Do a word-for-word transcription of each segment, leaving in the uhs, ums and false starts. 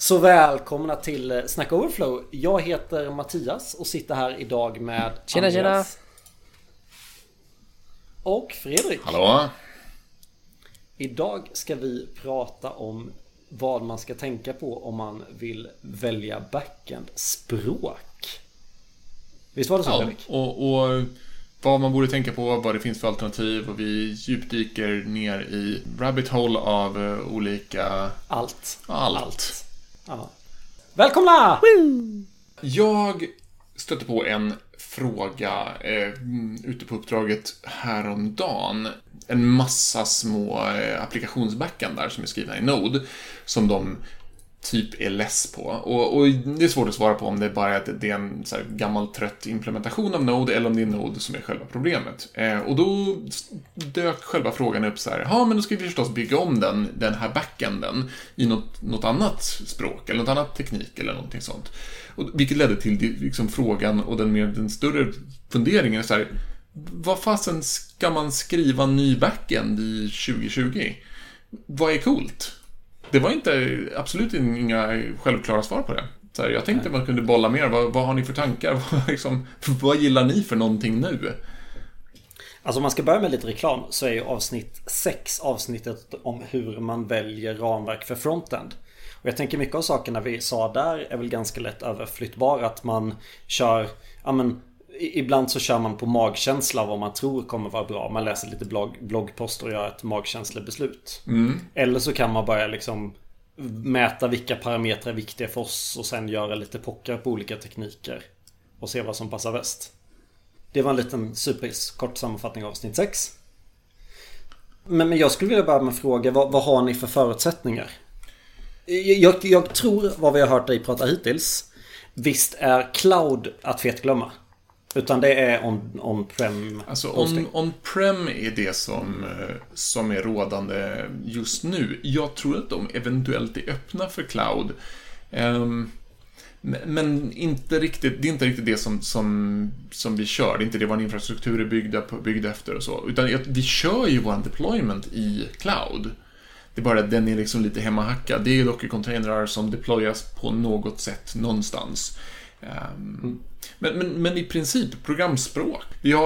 Så välkomna till Snack Overflow. Jag heter Mattias och sitter här idag med Tjena, Andreas tjena. Och Fredrik. Hallå. Idag ska vi prata om vad man ska tänka på om man vill välja backend-språk. Visst var det så, Ja, Fredrik? och, och vad man borde tänka på, vad det finns för alternativ, och vi djupdyker ner i rabbit hole av uh, olika... Allt. Allt. Allt. Ja. Välkomna! Woo! Jag stötte på en fråga eh, ute på uppdraget häromdagen. En massa små eh, applikationsbackendar som är skrivna i Node som de typ är less på. Och, och det är svårt att svara på om det bara är att det är en så här gammal trött implementation av Node eller om det är Node som är själva problemet. Eh, och då dök själva frågan upp så här: ja, men då ska vi förstås bygga om den, den här backenden i något, något annat språk eller något annat teknik eller någonting sånt. Och, vilket ledde till liksom, frågan och den, mer, den större funderingen så här: vad fasen ska man skriva ny backend i tjugo tjugo? Vad är coolt? Det var inte, absolut inga självklara svar på det. Så här, jag tänkte att man kunde bolla mer. Vad, vad har ni för tankar? Vad, liksom, vad gillar ni för någonting nu? Alltså om man ska börja med lite reklam så är ju avsnitt sex avsnittet om hur man väljer ramverk för frontend. Och jag tänker mycket av sakerna vi sa där är väl ganska lätt överflyttbara. Att man kör, ja men ibland så kör man på magkänsla vad man tror kommer vara bra. Man läser lite blogg, bloggposter och gör ett magkänslebeslut. Mm. Eller så kan man börja liksom mäta vilka parametrar är viktiga för oss och sen göra lite pockar på olika tekniker och se vad som passar bäst. Det var en liten superis, kort sammanfattning av avsnitt sex. Men, men jag skulle vilja börja med en fråga. Vad, vad har ni för förutsättningar? Jag, jag tror vad vi har hört dig prata hittills. Visst är cloud att fetglömma? Utan det är on, on-prem Alltså on, on-prem är det som, som är rådande just nu. Jag tror att de eventuellt är öppna för cloud. Um, men inte riktigt, det är inte riktigt det som, som, som vi kör. Det är inte det vår infrastruktur är byggd, byggd efter och så. Utan vi kör ju vår deployment i cloud. Det är bara att den är liksom lite hemmahackad. Det är Docker-containrar som deployas på något sätt någonstans. Um, mm. Men, men, men i princip programspråk. Vi har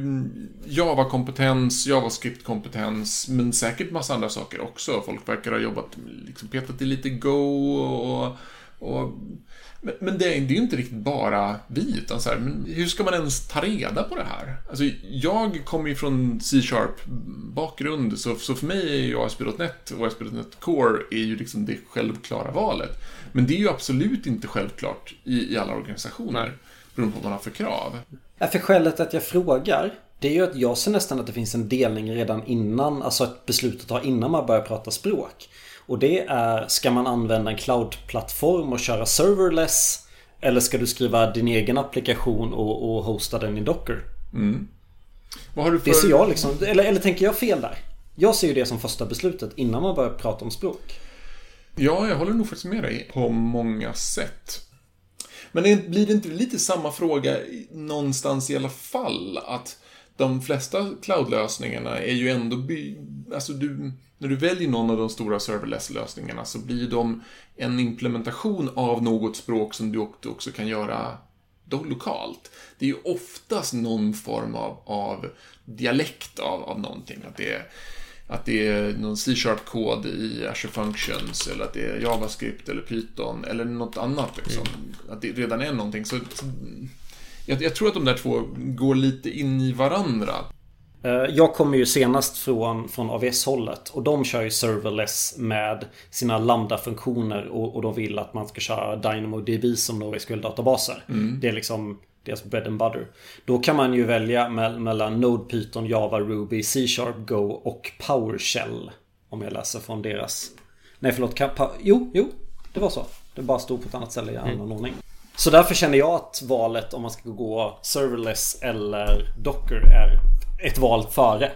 Java-kompetens, JavaScript-kompetens, men säkert massa andra saker också. Folk verkar ha jobbat, liksom petat i lite Go och... och men, men det är ju inte riktigt bara vi, utan så här, men hur ska man ens ta reda på det här? Alltså, jag kommer ju från C-sharp-bakgrund, så, så för mig är A S P punkt net och A S P punkt net Core är ju liksom det självklara valet. Men det är ju absolut inte självklart i, i alla organisationer, beroende på vad man har för krav. Ja, för skälet att jag frågar, det är ju att jag ser nästan att det finns en delning redan innan, alltså att beslutet tar innan man börjar prata språk. Och det är, ska man använda en cloud-plattform och köra serverless, eller ska du skriva din egen applikation och, och hosta den i Docker? Mm. Vad har du för... Det ser jag liksom, eller, eller tänker jag fel där? Jag ser ju det som första beslutet innan man börjar prata om språk. Ja, jag håller nog faktiskt med dig på många sätt. Men det blir det inte lite samma fråga någonstans i alla fall, att de flesta cloud-lösningarna är ju ändå by- alltså du, när du väljer någon av de stora serverless-lösningarna så blir de en implementation av något språk som du också kan göra då lokalt. Det är ju oftast någon form av, av dialekt av, av någonting, att det är att det är någon C-sharp-kod i Azure Functions, eller att det är JavaScript eller Python eller något annat liksom. Mm. Att det redan är någonting. Så, så jag, jag tror att de där två går lite in i varandra. Jag kommer ju senast från, från A W S-hållet, och de kör ju serverless med sina lambda-funktioner, och, och de vill att man ska köra DynamoDB som NoSQL-databaser. Mm. Det är liksom deras bread and butter. Då kan man ju välja me- mellan Node, Python, Java, Ruby, C-sharp, Go och PowerShell. Om jag läser från deras... Nej förlåt, kan... Pa- jo, jo, det var så. Det bara stod på ett annat ställe i annan mm. ordning. Så därför känner jag att valet om man ska gå serverless eller Docker är ett val före.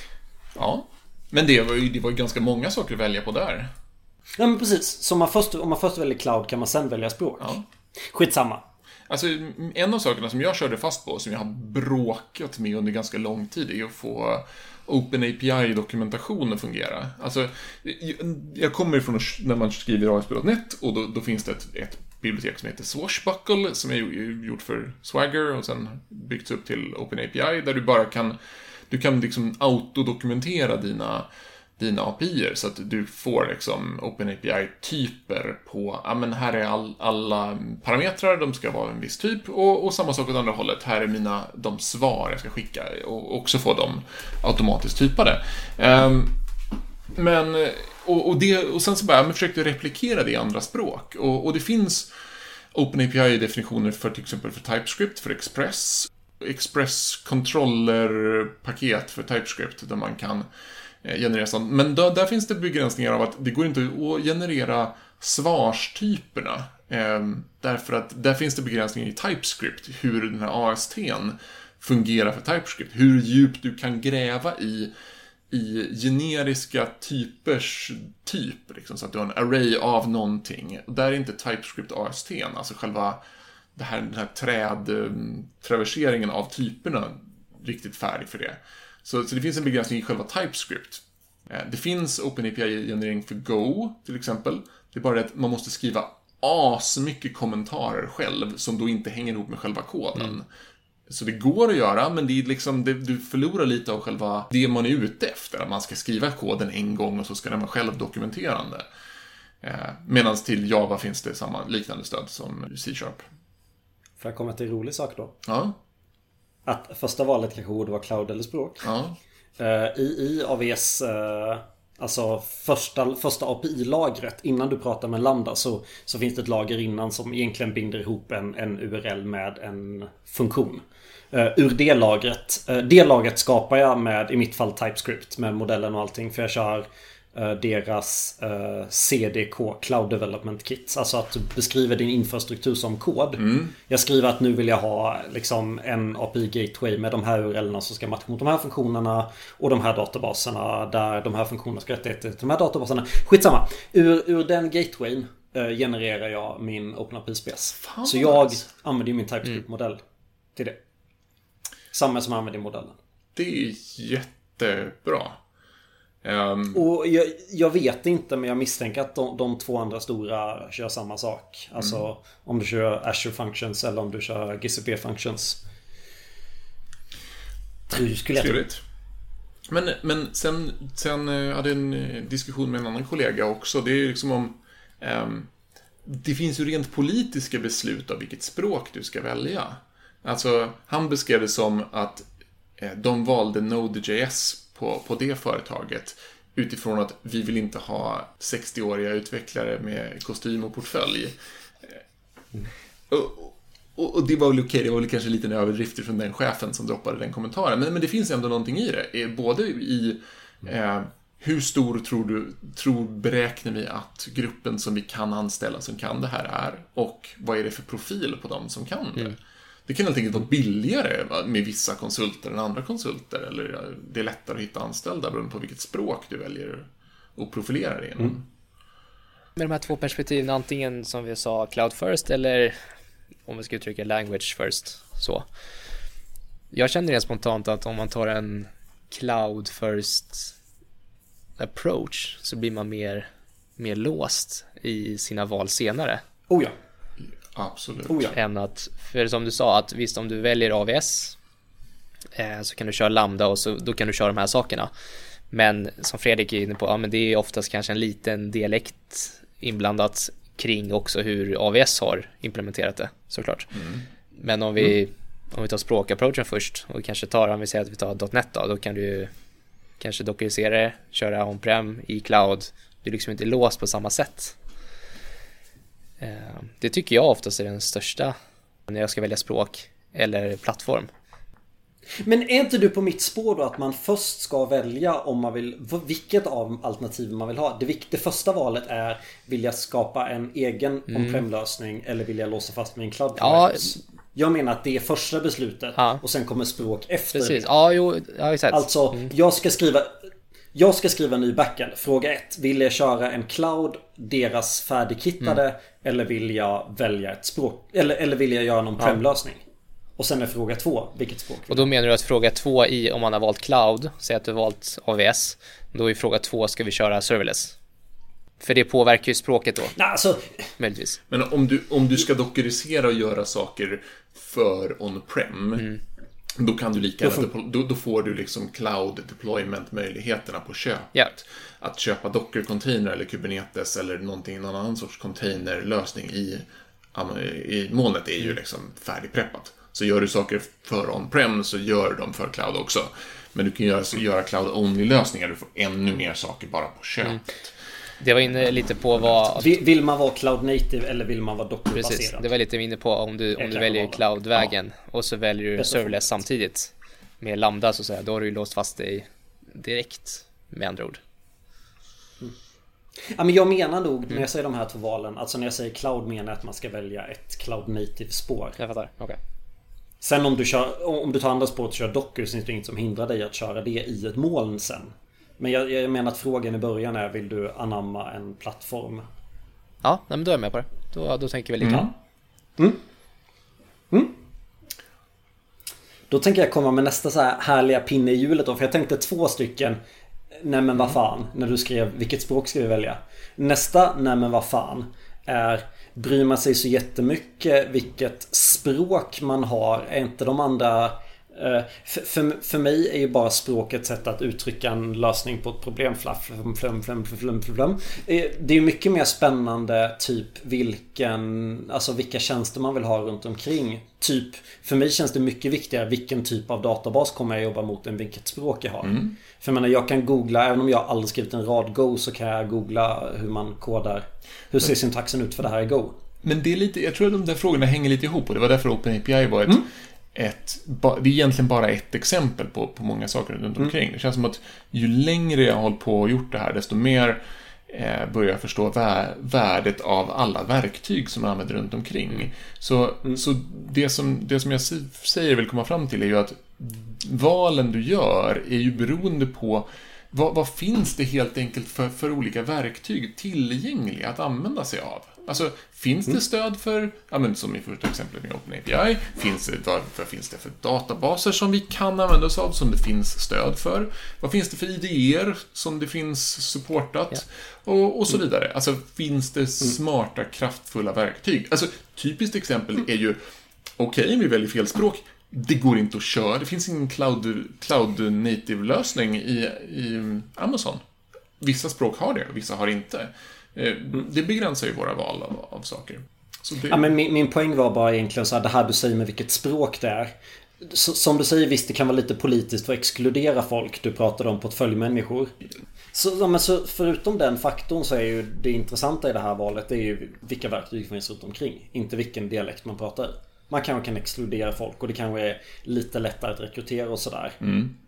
Ja, men det var ju, det var ju ganska många saker att välja på där. Ja, men precis. Så man först, om man först väljer cloud kan man sen välja språk. Ja. Skitsamma. Alltså, en av sakerna som jag körde fast på, som jag har bråkat med under ganska lång tid, är att få, OpenAPI-dokumentationen fungerar. Alltså, jag kommer ifrån när man skriver A S P punkt net och då, då finns det ett, ett bibliotek som heter Swashbuckle som är gjort för Swagger och sen byggts upp till OpenAPI där du bara kan du kan liksom autodokumentera dina dina A P I:er så att du får liksom OpenAPI-typer på, ja men här är all, alla parametrar, de ska vara en viss typ och, och samma sak åt andra hållet, här är mina, de svar jag ska skicka och också få dem automatiskt typade. Um, men, och, och, det, och sen så bara, jag försökte replikera det i andra språk och, och det finns OpenAPI-definitioner för till exempel för TypeScript, för Express, Express-controller-paket för TypeScript där man kan generera sånt. Men då, där finns det begränsningar av att det går inte att generera svarstyperna. Eh, därför att där finns det begränsningar i TypeScript. Hur den här A S T:n fungerar för TypeScript. Hur djupt du kan gräva i, i generiska typers typ. Liksom, så att du har en array av någonting. Där är inte TypeScript A S T:n. Alltså själva det här, den här träd, traverseringen av typerna riktigt färdig för det. Så, så det finns en begränsning i själva TypeScript. Det finns OpenAPI-generering för Go, till exempel. Det är bara att man måste skriva as mycket kommentarer själv som då inte hänger ihop med själva koden. Mm. Så det går att göra, men det är liksom, det, du förlorar lite av själva det man är ute efter. Att man ska skriva koden en gång och så ska den vara självdokumenterande. Medan till Java finns det samma liknande stöd som C-sharp. För att komma till en rolig sak då. Ja. Att första valet kanske borde vara cloud eller språk. Ja. Uh, I, I A W S uh, alltså första, första A P I-lagret innan du pratar med Lambda så, så finns det ett lager innan som egentligen binder ihop en, en U R L med en funktion. Uh, ur det lagret uh, det lagret skapar jag med i mitt fall TypeScript med modellen och allting för jag kör uh, deras uh, C D K Cloud Development Kit, alltså att du beskriver din infrastruktur som kod. Mm. Jag skriver att nu vill jag ha liksom en A P I-gateway med de här U R L-erna som ska matcha mot de här funktionerna och de här databaserna där de här funktionerna ska rätta till de här databaserna. Skitsamma. Ur, ur den gatewayn uh, genererar jag min OpenAPI-spec. Så jag använder min TypeScript-modell till det. Samma som jag använder i modellen. Det är jättebra. Um... Och jag, jag vet inte, men jag misstänker att de, de två andra stora kör samma sak. Alltså mm. om du kör Azure Functions eller om du kör G C P Functions. Trevligt. Men, men sen, sen hade jag en diskussion med en annan kollega också. Det är liksom om um, det finns ju rent politiska beslut av vilket språk du ska välja. Alltså han beskrev det som att eh, de valde Node.js på, på det företaget utifrån att vi vill inte ha sextioåriga utvecklare med kostym och portfölj. Mm. Och, och, och det var väl okej, det var väl kanske lite en överdrift från den chefen som droppade den kommentaren. Men, men det finns ändå någonting i det. Både i eh, hur stor tror du, tror beräknar vi att gruppen som vi kan anställa som kan det här är och vad är det för profil på dem som kan det? Mm. Det kan helt enkelt vara billigare med vissa konsulter än andra konsulter. Eller det är lättare att hitta anställda beroende på vilket språk du väljer att profilera dig inom. Mm. Med de här två perspektiven, antingen som vi sa cloud first eller om vi ska uttrycka language first. Så. Jag känner det spontant att om man tar en cloud first approach så blir man mer, mer låst i sina val senare. Oh ja. Absolut. Oh ja. Än att, för som du sa, att visst om du väljer A W S eh, så kan du köra Lambda och så, då kan du köra de här sakerna. Men som Fredrik är inne på, ja, men det är oftast kanske en liten dialekt inblandat kring också hur A W S har implementerat det, såklart. Mm. Men om vi, mm. om vi tar språkapproachen först och kanske tar, om vi säger att vi tar .net då, då kan du kanske doktorisera det, köra on-prem i cloud. Du är liksom inte låst på samma sätt. Det tycker jag oftast är den största när jag ska välja språk eller plattform. Men är inte du på mitt spår då att man först ska välja om man vill, vilket av alternativen man vill ha? Det, det första valet är, vill jag skapa en egen mm. on-prem-lösning eller vill jag låsa fast med en cloud ja. Jag menar att det är första beslutet ja. Och sen kommer språk efter. Precis. Ja, jo, ja, exakt. Alltså, mm. jag ska skriva Jag ska skriva en ny backend. Fråga ett. Vill jag köra en cloud, deras färdigkittade, mm. eller vill jag välja ett språk? Eller, eller vill jag göra någon prem-lösning? Och sen är fråga två, vilket språk? Och då menar du att fråga två i, om man har valt cloud, säg att du har valt A V S, då i fråga två ska vi köra serverless. För det påverkar ju språket då. Nej, alltså... Möjligtvis. Men om du, om du ska dockerisera och göra saker för on-prem, mm. då kan du lika får... då, då får du liksom cloud deployment-möjligheterna på köpet. Ja. Att köpa Docker-container eller Kubernetes eller någonting, någon annan sorts containerlösning i, i molnet är ju liksom färdigpreppat. Så gör du saker för on-prem så gör du dem för cloud också. Men du kan göra, göra cloud-only-lösningar, du får ännu mer saker bara på köpet. Mm. Det var inne lite på vad... Vill man vara cloud native eller vill man vara Docker-baserad? Precis, det var lite inne på om du, om du väljer cloud-vägen ja. och så väljer du serverless samtidigt med Lambda så att säga, då har du ju låst fast dig direkt med andra ord. Mm. Ja, men jag menar nog mm. när jag säger de här två valen, alltså när jag säger cloud menar jag att man ska välja ett cloud native spår. Jag fattar, okej. Okay. Sen om du, kör, om du tar andra spår och kör Docker så finns det inget som hindrar dig att köra det i ett moln sen. Men jag, jag menar att frågan i början är, vill du anamma en plattform? Ja, men då är jag med på det. Då, då tänker vi lite. Mm. Mm. Mm. Då tänker jag komma med nästa så här härliga pinne i hjulet då. För jag tänkte två stycken. Nej men vad fan. När du skrev, vilket språk ska vi välja? Nästa, nej men vad fan, är, bryr man sig så jättemycket vilket språk man har? Är inte de andra... För, för, för mig är ju bara språket ett sätt att uttrycka en lösning på ett problem. Flum, flum, flum, flum, flum. Det är ju mycket mer spännande typ vilken, alltså vilka tjänster man vill ha runt omkring. Typ, för mig känns det mycket viktigare vilken typ av databas kommer jag jobba mot än vilket språk jag har. Mm. För jag menar, jag kan googla, även om jag aldrig skrivit en rad Go så kan jag googla hur man kodar. Hur ser syntaxen ut för det här i Go? Men det är lite, jag tror att de där frågorna hänger lite ihop och det var därför OpenAPI var ett mm. Ett, det är egentligen bara ett exempel på, på många saker runt omkring. Mm. Det känns som att ju längre jag har hållit på och gjort det här, desto mer eh, börjar jag förstå vä- värdet av alla verktyg som man använder runt omkring. Så, mm. så det, som, det som jag säger vill komma fram till är ju att valen du gör är ju beroende på vad, vad finns det helt enkelt för, för olika verktyg tillgängliga att använda sig av. Alltså, finns det stöd för, ja men som i första exemplet med OpenAPI, finns det, vad, vad finns det för databaser som vi kan använda oss av, som det finns stöd för? Vad finns det för idéer som det finns supportat? Ja. Och, och så vidare. Alltså, finns det smarta, kraftfulla verktyg? Alltså, typiskt exempel är ju, okej, okay, vi väljer fel språk, det går inte att köra, det finns ingen cloud, cloud native-lösning i, i Amazon. Vissa språk har det, vissa har inte. Det begränsar ju våra val av, av saker. Så det... Ja, men min, min poäng var bara egentligen så här, det här du säger med vilket språk det är. Så, som du säger, visst det kan vara lite politiskt för att exkludera folk. Du pratade om portföljmänniskor. Så, ja, men så förutom den faktorn så är ju det intressanta i det här valet, det är ju vilka verktyg finns runt omkring. Inte vilken dialekt man pratar i. Man kanske kan exkludera folk och det kanske är lite lättare att rekrytera och sådär. Mm.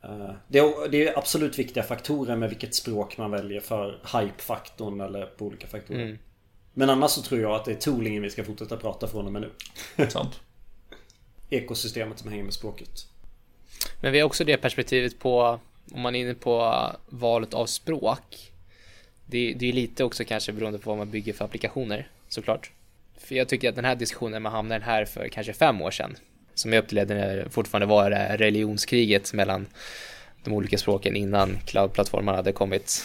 Det är, det är absolut viktiga faktorer med vilket språk man väljer för hype-faktorn eller på olika faktorer. Mm. Men annars så tror jag att det är toolingen vi ska fortsätta prata från och med nu. Sant. Ekosystemet som hänger med språket. Men vi har också det perspektivet på, om man är inne på valet av språk. Det, det är lite också kanske beroende på vad man bygger för applikationer, såklart. För jag tycker att den här diskussionen, man hamnade här för kanske fem år sedan, som jag upplevde när det fortfarande var det religionskriget mellan de olika språken innan cloud-plattformarna hade kommit.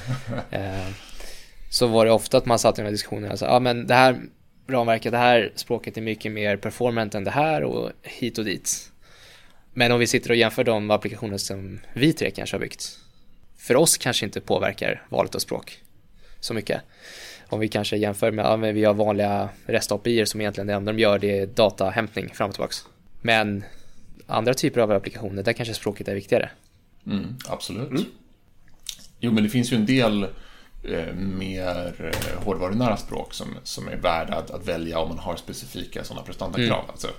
eh, så var det ofta att man satt i de här diskussionerna och sa, ja men det här ramverket, det här språket är mycket mer performant än det här och hit och dit. Men om vi sitter och jämför de applikationer som vi tre kanske har byggt, för oss kanske inte påverkar valet av språk så mycket. Om vi kanske jämför med, ja, men vi har vanliga REST-A P I som egentligen det enda de gör, det är datahämtning fram och tillbaka. Men andra typer av applikationer, där kanske språket är viktigare. Mm, absolut. Mm. Jo, men det finns ju en del eh, mer eh, hårdvarunära språk som, som är värda att, att välja om man har specifika sådana prestandakrav. Mm. Alltså,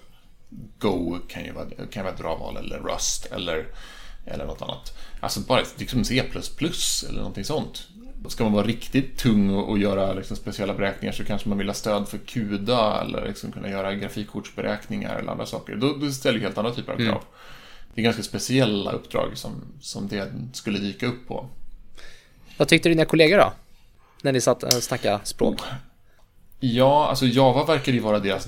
Go kan ju vara, kan vara ett bra val, eller Rust, eller, eller något annat. Alltså bara liksom C plus plus eller någonting sånt. Ska man vara riktigt tung och göra liksom speciella beräkningar så kanske man vill ha stöd för CUDA eller liksom kunna göra grafikkortsberäkningar eller andra saker. Då, då ställer det helt andra typer av krav. Mm. Det är ganska speciella uppdrag som, som det skulle dyka upp på. Vad tyckte dina kollegor då? När ni satt och snackade språk? Ja, alltså Java verkar ju vara deras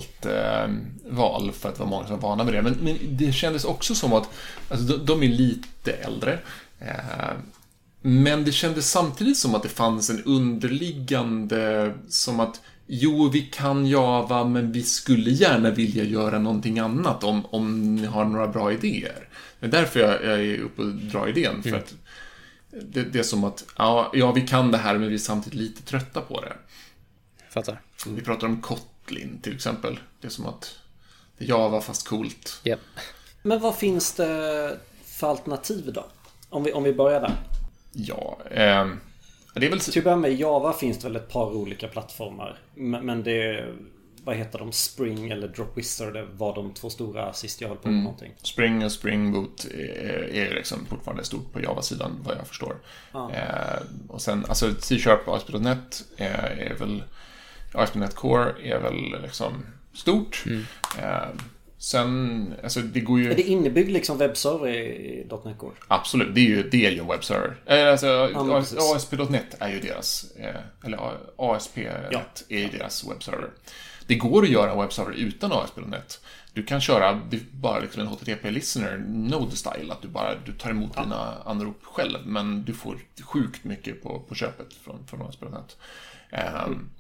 default-val eh, för att det var många som var vana med det. Men, men det kändes också som att alltså, de, de är lite äldre. Eh, men det kändes samtidigt som att det fanns en underliggande, som att jo, vi kan Java, men vi skulle gärna vilja göra någonting annat om, om ni har några bra idéer. Det är därför jag, jag är uppe och drar idén. För Mm. att det, det är som att ja, ja, vi kan det här, men vi är samtidigt lite trötta på det. Fattar. Vi pratar om Kotlin till exempel. Det är som att det är Java fast coolt. Yep. Men vad finns det för alternativ då? Om vi, om vi börjar där. Ja, eh, det är väl... Till att börja med Java finns det väl ett par olika plattformar. Men, men det är, vad heter de? Spring eller Drop Wizard, det var de två stora sist jag höll på med Mm. någonting. Spring och Spring Boot är, är liksom fortfarande stort på Java-sidan, vad jag förstår. Ja. Eh, och sen, alltså C-Sharp och A S P punkt net är, är väl... A S P punkt net Core är väl liksom stort. Mm. Eh, sen, alltså det går ju... Är det innebyggd liksom webbserver i .NET Core? Absolut, det är ju, det är ju en webbserver. Eh, alltså, Ja, A S P punkt net är ju deras, eh, eller A S P punkt net Ja. är ju deras webbserver. Det går att göra en webbserver utan A S P punkt net. Du kan köra det är bara liksom en H T T P-listener node-style, att du bara du tar emot Ja. dina anrop själv, men du får sjukt mycket på, på köpet från, från A S P punkt net. Um, mm.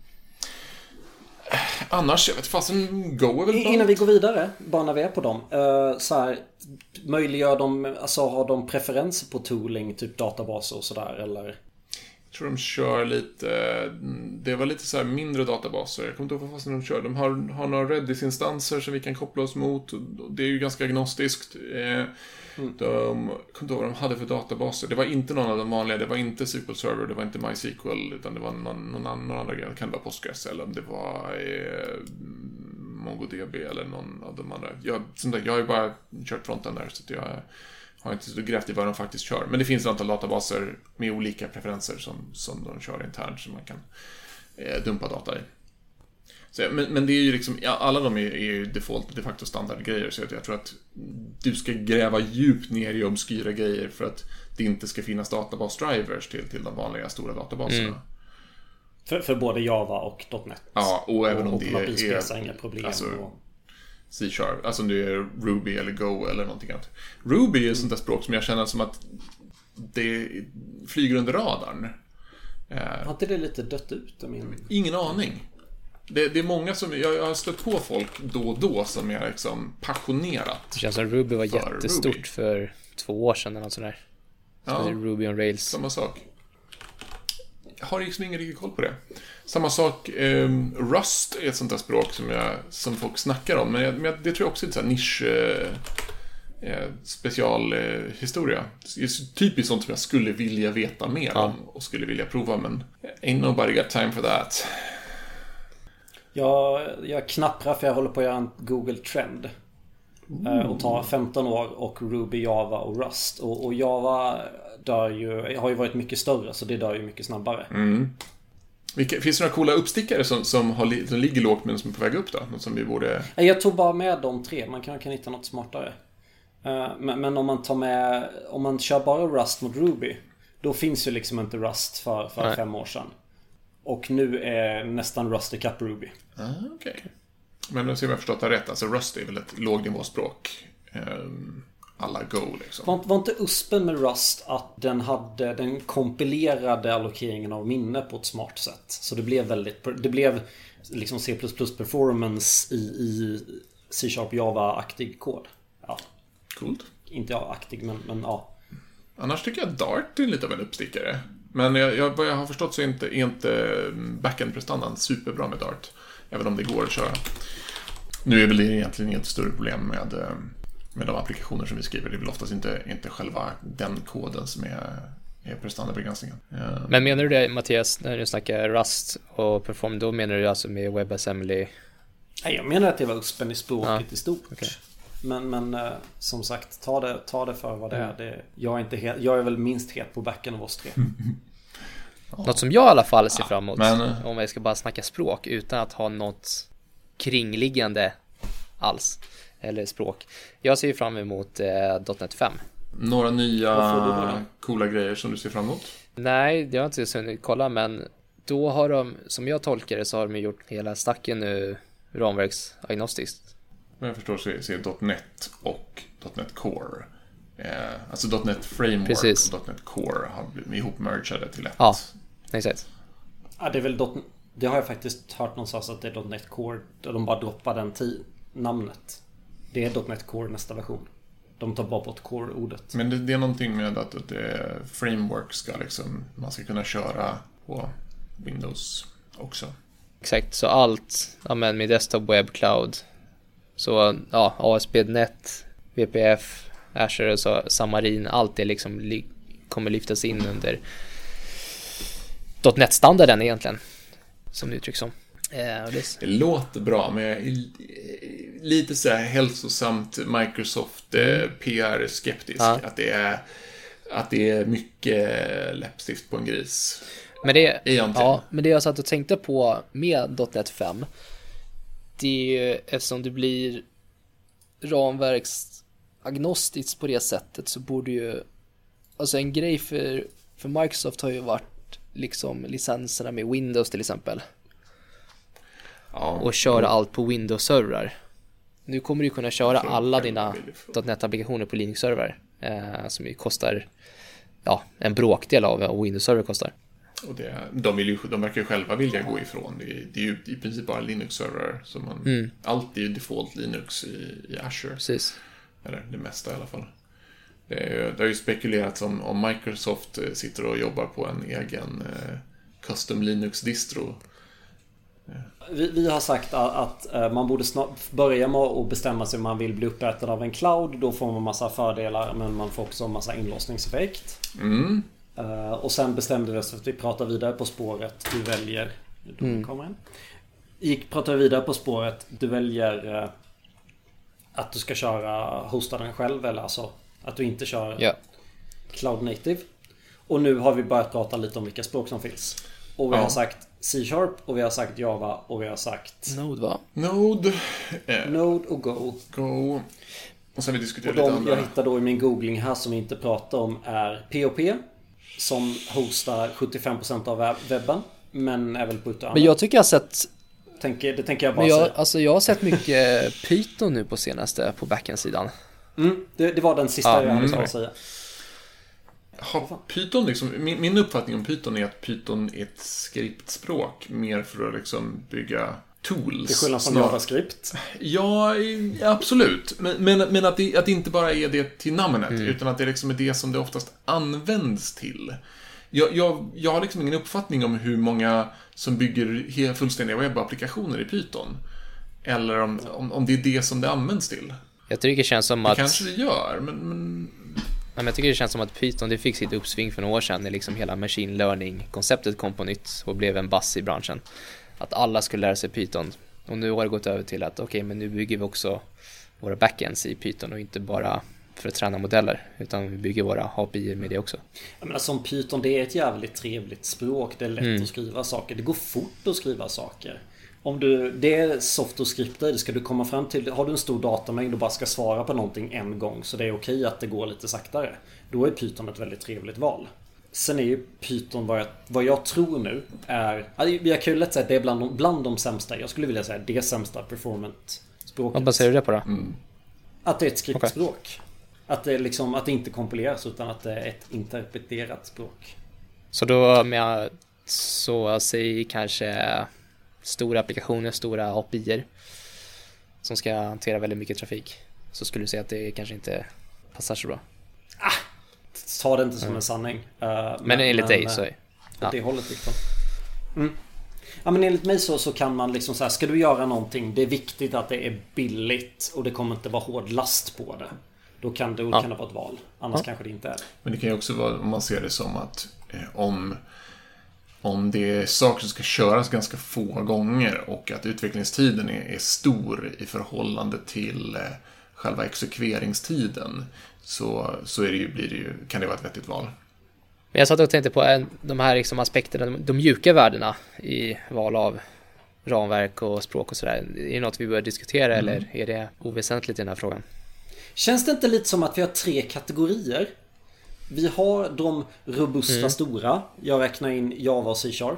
Annars, jag vet fasen, Go är väl bra. Innan vi går vidare, bara när vi är på dem. Uh, så här, möjliggör de, alltså har de preferenser på tooling, typ databaser och sådär, eller? Jag tror de kör lite, det var lite så här mindre databaser. Jag kommer inte ihåg vad fasen de kör. De har, har några Redis-instanser som vi kan koppla oss mot. Och det är ju ganska agnostiskt. Eh, Mm. De, jag kommer inte ihåg vad de hade för databaser. Det var inte någon av de vanliga. Det var inte S Q L Server, det var inte MySQL, utan det var någon, någon, annan, någon andra grej. Det kan vara Postgres eller om det var eh, MongoDB eller någon av de andra. Jag, som sagt, jag har ju bara kört fronten där, så att jag har inte så grävt i vad de faktiskt kör. Men det finns ett antal databaser med olika preferenser som, som de kör internt, som man kan eh, dumpa data i. Så, men, men det är ju liksom, ja, alla de är, är ju default, de facto standardgrejer, så jag, jag tror att du ska gräva djupt ner i obskyra grejer för att det inte ska finnas database-drivers till, till de vanliga stora databaserna. Mm. För, för både Java och .NET. Ja, och även om och det mobilspel är inga problem. alltså, och... C-Sharp, alltså om det är Ruby eller Go eller någonting annat. Ruby är ett sånt där språk som jag känner som att det flyger under radarn. Har inte det lite dött ut? Min... Ingen aning. Det, det är många som, jag, jag har stött på folk då och då som är liksom passionerat. Det känns som Ruby var för jättestort Ruby. för två år sedan eller något sånt där. Ja, Ruby on Rails. samma sak. Jag har liksom ingen riktigt koll på det. Samma sak, eh, Rust är ett sånt där språk som, jag, som folk snackar om. Men, jag, men det tror jag också är ett sånt här nisch eh, specialhistoria. Det är typiskt sånt som jag skulle vilja veta mer Ja. om och skulle vilja prova, men ain't nobody got time for that. Jag, jag knapprar för jag håller på att göra en Google Trend. Mm. Och tar femton år och Ruby, Java och Rust. Och, och Java dör ju, har ju varit mycket större, så det dör ju mycket snabbare. Mm. Vilka, finns det några coola uppstickare som, som, har, som ligger lågt men som är på väg upp då? Något som vi borde... Jag tog bara med de tre, man kan, kan hitta något smartare. Men, men om man tar med, om man kör bara Rust mot Ruby, då finns ju liksom inte Rust för, för fem år sedan. Och nu är nästan Rust i kapp Ruby. Ah, okej. Okay. Men nu ser jag förstått det rätt. Alltså Rust är väl ett lågnivåspråk. Um, alla Go liksom. Var, var inte uspen med Rust att den hade, den kompilerade allokeringen av minne på ett smart sätt. Så det blev väldigt, det blev liksom C plus plus performance i, i C-sharp Java-aktig kod. Ja. Coolt. Inte jag-aktig, men, men ja. Annars tycker jag Dart är lite av en uppstickare. Men jag, jag, vad jag har förstått så är inte, är inte backend-prestandan superbra med Dart. Även om det går att köra. Nu är väl det egentligen inget större problem med, med de applikationer som vi skriver. Det är väl oftast inte, inte själva den koden som är, är prestandabegränsningen. Men menar du det, Mattias, när du snackar Rust och Perform, då menar du alltså med WebAssembly? Nej, jag menar att det var uspen i språket ja. i stort. Okay. Men, men eh, som sagt, ta det, ta det för vad det är. Det, jag, är inte helt, jag är väl minst het på backen av oss tre. Ja. Något som jag i alla fall ser fram emot, men... om jag ska bara snacka språk utan att ha något kringliggande alls, eller språk. Jag ser fram emot eh, .NET fem. Några nya coola grejer som du ser fram emot? Nej, jag har inte hunnit kolla, men då har de, som jag tolkar det, så har de gjort hela stacken nu ramverksagnostiskt. Vad jag förstår så är, så är .NET och .NET Core, eh, alltså .NET Framework Precis. och .NET Core har blivit ihopmergade till ett. Ja, exakt. Ja, det är väl dot, det har jag faktiskt hört någonstans att det är .NET Core, där de bara droppar den t- namnet. Det är .NET Core nästa version. De tar bara bort core-ordet. Men det, det är någonting med att, att det, framework ska liksom, man ska kunna köra på Windows också. Exakt, så allt, ja, men med desktop, web, cloud. Så ja, A S P punkt net, V P F, Azure och så Xamarin, allt det liksom li- kommer lyftas in under .NET-standarden egentligen, som det uttrycks som. Eh, det... det låter bra, men jag är lite så här hälsosamt Microsoft eh, P R-skeptisk. Ja. Att, det är, att det är mycket läppstift på en gris. Men det, ja, men det jag satt och tänkte på med .NET fem, det är ju, eftersom det blir ramverksagnostiskt på det sättet, så borde ju, alltså en grej för, för Microsoft har ju varit liksom licenserna med Windows till exempel. Ja, och köra mm. allt på Windows-servrar. Nu kommer du kunna köra alla dina .NET-applikationer på Linux-servrar, eh, som ju kostar ja, en bråkdel av vad Windows-server kostar. Och det, de, vill ju, de verkar ju själva vilja gå ifrån. Det är, det är ju i princip bara Linux-servrar. Som man, mm. Allt är ju default Linux i, i Azure. Precis. Eller det mesta i alla fall. Det, är, det har ju spekulerats om, om Microsoft sitter och jobbar på en egen eh, custom Linux-distro. Vi, vi har sagt att, att man borde snart börja med att bestämma sig om man vill bli uppätad av en cloud. Då får man massa fördelar, men man får också massa inlåsningseffekt. Mm. Uh, och sen bestämde vi oss att vi pratar vidare på spåret. Du väljer mm. kommer in. Gick pratar vi vidare på spåret. Du väljer uh, att du ska köra hosta den själv, eller alltså att du inte kör yeah. cloud native. Och nu har vi börjat prata lite om vilka språk som finns. Och vi ja. har sagt C-sharp, och vi har sagt Java, och vi har sagt Node, va? Node eh. Node och Go. Go. Och sen vi diskuterar lite de andra. Jag hittar då i min googling här som vi inte pratar om är P O P, som hostar sjuttiofem procent av webben, men är väl på utan. Men jag tycker jag har sett tänker, det tänker jag bara men jag, säga. Alltså jag har sett mycket Python nu på senaste på backend-sidan. Mm, det, det var den sista ah, jag hade mm. att säga. Har Python liksom, min, min uppfattning om Python är att Python är ett skriptspråk mer för att liksom bygga tools. Det är skillnad från JavaScript. Ja, absolut. Men, men, men att, det, att det inte bara är det till namnet, mm. utan att det liksom är det som det oftast används till. Jag, jag, jag har liksom ingen uppfattning om hur många som bygger fullständiga webbapplikationer i Python. Eller om, om, om det är det som det används till. Jag tycker det känns som det att... Det kanske det gör, men... men... Men jag tycker det känns som att Python, det fick sitt uppsving för några år sedan när liksom hela machine learning-konceptet kom på nytt och blev en buzz i branschen. Att alla skulle lära sig Python. Och nu har det gått över till att okej, okay, men nu bygger vi också våra backends i Python och inte bara för att träna modeller, utan vi bygger våra A P I med det också. Jag menar, som Python, det är ett jävligt trevligt språk. Det är lätt mm. att skriva saker. Det går fort att skriva saker. Om du, det är soft och skripter, det ska du komma fram till. Har du en stor datamängd och bara ska svara på någonting en gång, så det är okej att det går lite saktare. Då är Python ett väldigt trevligt val. Sen är ju Python, vad jag, vad jag tror nu är, jag kan ju lätt säga att det är bland de, bland de sämsta. Jag skulle vilja säga det sämsta performance-språket. Vad baserar du det på då? Mm. Att det är ett skriptspråk. Okay. Att det, liksom, att det inte kompileras, utan att det är ett interpreterat språk. Så då med så säger kanske stora applikationer, stora A P I-er som ska hantera väldigt mycket trafik, så skulle du säga att det kanske inte passar så bra. Ah, ta det inte som mm. en sanning. Uh, men, men enligt dig så är ja. det hållet liksom. Mm. Ja, men enligt mig så, så kan man liksom så här, ska du göra någonting, det är viktigt att det är billigt och det kommer inte vara hård last på det. Då kan det, ja. kan det vara ett val. Annars ja. kanske det inte är. Men det kan ju också vara, om man ser det som att eh, om Om det är saker som ska köras ganska få gånger och att utvecklingstiden är, är stor i förhållande till eh, själva exekveringstiden, så, så är det ju, blir det ju, kan det vara ett vettigt val. Jag satt och tänkte på en, de här liksom aspekterna, de, de mjuka värdena i val av ramverk och språk och sådär. Är det något vi bör diskutera mm. eller är det oväsentligt i den här frågan? Känns det inte lite som att vi har tre kategorier? Vi har de robusta mm. stora. Jag räknar in Java och C-sharp.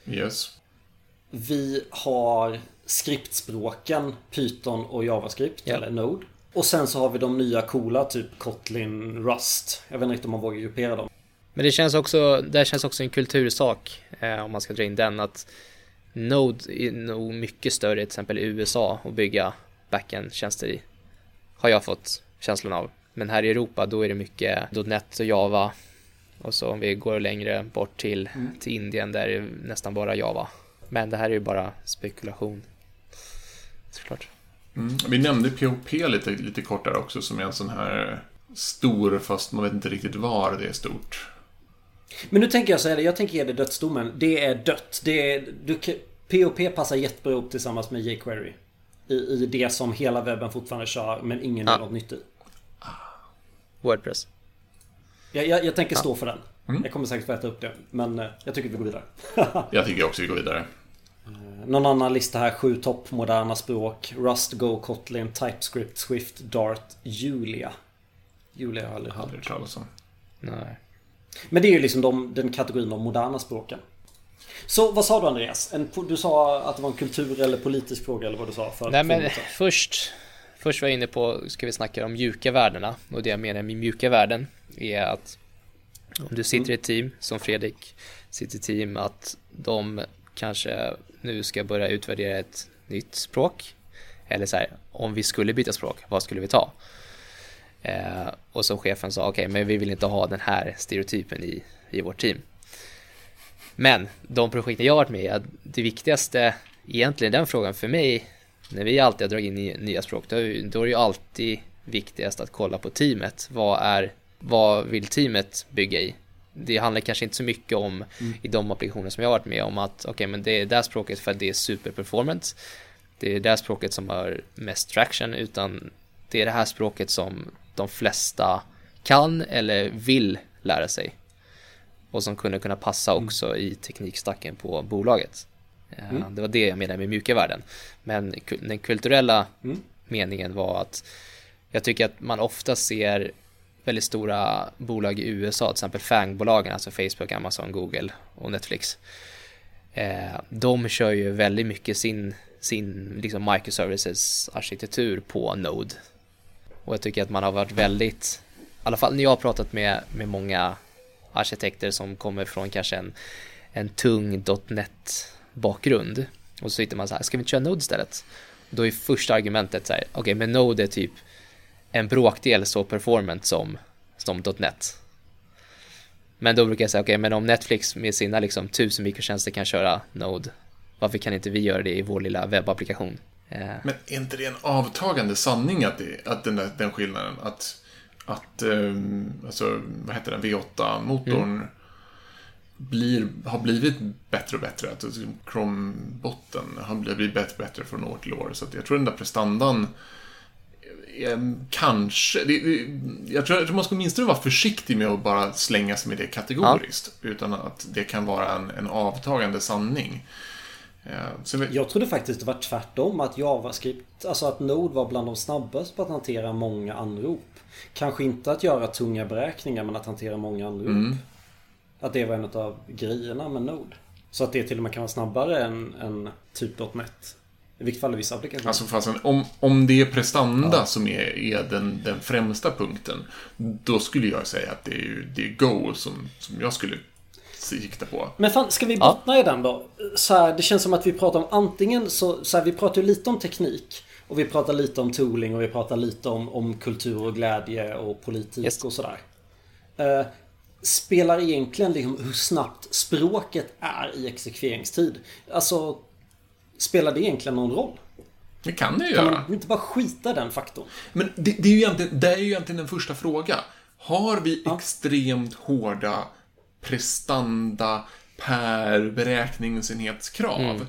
Yes. Vi har skriptspråken Python och JavaScript, ja. eller Node. Och sen så har vi de nya coola, typ Kotlin, Rust. Jag vet inte riktigt om man vågar gruppera dem. Men det känns också, det känns också en kultursak, eh, om man ska dra in den, att Node är nog mycket större till exempel i U S A att bygga backend-tjänster i. Har jag fått känslan av. Men här i Europa då är det mycket .NET och Java. Och så om vi går längre bort till, mm. till Indien där är det nästan bara Java. Men det här är ju bara spekulation. Såklart. Mm. Vi nämnde P H P lite, lite kort där också, som är en sån här stor, fast man vet inte riktigt var det är stort. Men nu tänker jag säga det, jag tänker ge det dödsdomen. Det är dött. Det är, du, P H P passar jättebra ihop tillsammans med jQuery. I, I det som hela webben fortfarande kör, men ingen har något nytt i. WordPress. Jag, jag, jag tänker stå ja. för den. Mm. Jag kommer säkert få äta upp det. Men eh, jag tycker vi går vidare. Jag tycker också vi går vidare. Någon annan lista här. Sju toppmoderna språk. Rust, Go, Kotlin, TypeScript, Swift, Dart, Julia. Julia har jag aldrig hört talas om. Nej. Men det är ju liksom de, den kategorin av moderna språken. Så vad sa du, Andreas? En, du sa att det var en kultur- eller politisk fråga, eller vad du sa? För Nej, men först, först var jag inne på, ska vi snacka om mjuka värdena. Och det jag menar med mjuka värden är att om du sitter i ett team, som Fredrik sitter i team, att de kanske nu ska börja utvärdera ett nytt språk. Eller så här, om vi skulle byta språk, vad skulle vi ta? Eh, och så chefen sa, okej, okay, men vi vill inte ha den här stereotypen i, i vårt team. Men de projekten jag har varit med i, det viktigaste egentligen den frågan för mig, när vi alltid har dragit in nya språk, då, då är det ju alltid viktigast att kolla på teamet. Vad är, vad vill teamet bygga i? Det handlar kanske inte så mycket om mm. i de applikationer som jag har varit med om att okej, okay, men det är det här språket för att det är super performance. Det är det här språket som har mest traction, utan det är det här språket som de flesta kan eller vill lära sig. Och som kunde kunna passa också mm. i teknikstacken på bolaget. Mm. Det var det jag menade med mjuka värden. Men den kulturella mm. meningen var att jag tycker att man ofta ser väldigt stora bolag i U S A, till exempel FANG-bolagen, alltså Facebook, Amazon, Google och Netflix. De kör ju väldigt mycket sin, sin liksom microservices-arkitektur på Node. Och jag tycker att man har varit väldigt, i alla fall när jag har pratat med, med många arkitekter som kommer från kanske en, en tung .NET-bakgrund. Och så sitter man så här, ska vi inte köra Node istället? Då är första argumentet så här, okej, okay, men Node är typ en bråkdel så performant som, som .NET. Men då brukar jag säga, okej, okay, men om Netflix med sina liksom tusen mikrotjänster kan köra Node, varför kan inte vi göra det i vår lilla webbapplikation? Men är inte det en avtagande sanning att, det, att den, där, den skillnaden, att, att um, alltså, vad heter den, V åtta-motorn mm. blir, har blivit bättre och bättre, att Chrome-botten har blivit bättre och bättre från år till år, så att jag tror den där prestandan är, kanske det, jag, tror, jag tror man ska minst vara försiktig med att bara slänga sig med det kategoriskt, ja. Utan att det kan vara en, en avtagande sanning. Så vi... Jag trodde faktiskt det var tvärtom, att JavaScript, alltså att Node var bland de snabbaste på att hantera många anrop. Kanske inte att göra tunga beräkningar, men att hantera många anrop. Mm. Att det var en av grejerna med Node. Så att det till och med kan vara snabbare än, än typ .NET. I vilket fall i vissa applikationer. Alltså fast om, om det är prestanda ja. som är, är den, den främsta punkten, då skulle jag säga att det är, det är Go som, som jag skulle sikta på. Men fan, ska vi bottna ja. i den då? Så här, det känns som att vi pratar om antingen så, så här, vi pratar ju lite om teknik och vi pratar lite om tooling och vi pratar lite om, om kultur och glädje och politik yes. och sådär. Uh, spelar egentligen liksom hur snabbt språket är i exekveringstid? Alltså, spelar det egentligen någon roll? Det kan det ju kan göra. Man inte bara skita den faktorn? Men det, det, är ju egentligen, det är ju egentligen den första frågan. Har vi ja. extremt hårda prestanda per beräkningsenhetskrav? Mm.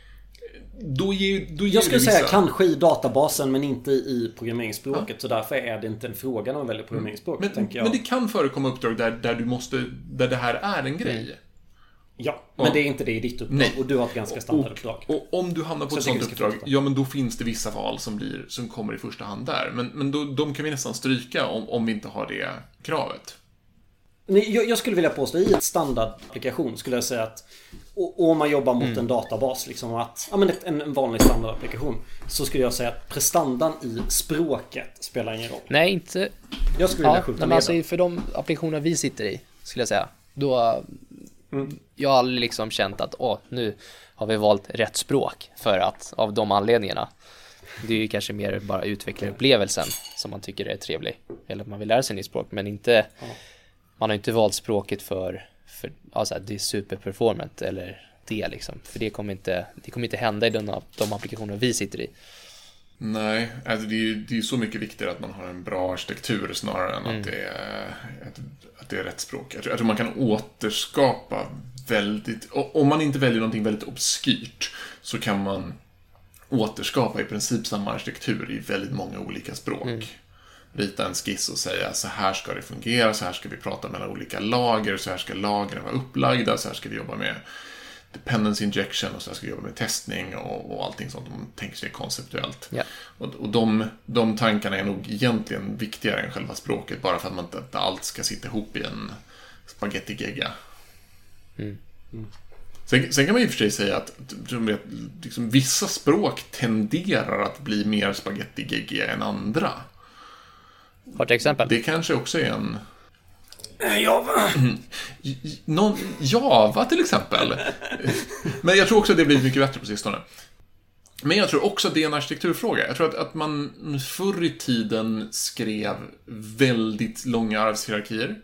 Då ger, då ger jag skulle vissa... säga kanske i databasen, men inte i programmeringsspråket. Ja. Så därför är det inte en fråga när man väljer programmeringsspråk, men, tänker jag. Men det kan förekomma uppdrag där, där du måste, där det här är en grej. Mm. Ja, men ja. det är inte det i ditt uppdrag. Nej. Och du har ett ganska standarduppdrag. Och, och om du hamnar på så ett sånt uppdrag, ja, men då finns det vissa val som, blir, som kommer i första hand där. Men, men då, de kan vi nästan stryka om, om vi inte har det kravet. Jag, jag skulle vilja påstå i en standardapplikation skulle jag säga att och, och om man jobbar mot mm. en databas liksom att ja, men ett, en, en vanlig standardapplikation, så skulle jag säga att prestandan i språket spelar ingen roll. Nej, inte. Jag skulle vilja ja, skjuta men alltså, för de applikationer vi sitter i skulle jag säga, då mm. jag har aldrig liksom känt att åh, nu har vi valt rätt språk för att av de anledningarna. Det är ju kanske mer bara utvecklarupplevelsen som man tycker är trevlig, eller att man vill lära sig nytt språk, men inte ja. Man har inte valt språket för, för alltså, det är superperformant eller det liksom, för det kommer inte, det kommer inte hända i de, de applikationer vi sitter i. Nej, alltså det är ju det är så mycket viktigare att man har en bra arkitektur snarare än mm. att, det är, att, att det är rätt språk. Jag tror, jag tror man kan återskapa väldigt, om man inte väljer någonting väldigt obskyrt, så kan man återskapa i princip samma arkitektur i väldigt många olika språk. Mm. Rita en skiss och säga så här ska det fungera, så här ska vi prata mellan olika lager, så här ska lagren vara upplagda, så här ska vi jobba med dependency injection och så här ska vi jobba med testning och, och allting sånt de tänker sig konceptuellt. Yeah. Och, och de, de tankarna är nog egentligen viktigare än själva språket, bara för att man inte allt ska sitta ihop i en spaghetti-gegga. Mm. Mm. Sen, sen kan man ju för sig säga att liksom, vissa språk tenderar att bli mer spaghetti-geggiga än andra. Har du exempel? Det kanske också är en... Java. Någon, Java till exempel. Men jag tror också att det blir mycket bättre på sistone. Men jag tror också att det är en arkitekturfråga. Jag tror att, att man förr i tiden skrev väldigt långa arvshierarkier.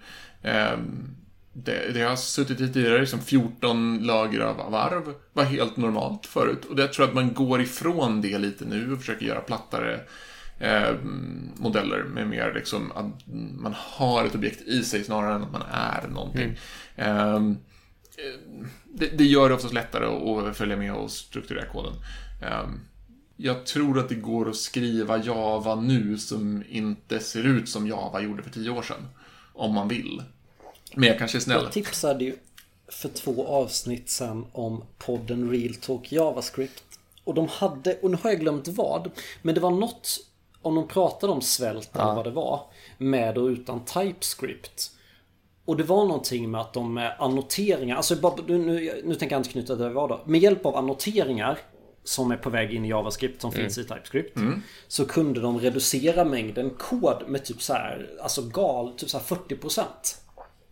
Det, det har suttit i tidigare, liksom fjorton lager av arv var helt normalt förut. Och jag tror att man går ifrån det lite nu och försöker göra plattare Eh, modeller med mer liksom att man har ett objekt i sig snarare än att man är någonting. Mm. Eh, det, det gör det oftast lättare att följa med och strukturera koden. Eh, jag tror att det går att skriva Java nu som inte ser ut som Java gjorde för tio år sedan. Om man vill. Men jag kanske är snäll. Jag tipsade ju för två avsnitt sedan om podden Real Talk JavaScript. Och de hade, och nu har jag glömt vad, men det var något, om de pratade om svält ja. eller vad det var, med och utan TypeScript. Och det var någonting med att de med annoteringar, alltså nu, nu, nu tänker jag inte knyta det var då, med hjälp av annoteringar som är på väg in i JavaScript som mm. finns i TypeScript, mm. så kunde de reducera mängden kod med typ så här, alltså gal, typ så här fyrtio procent.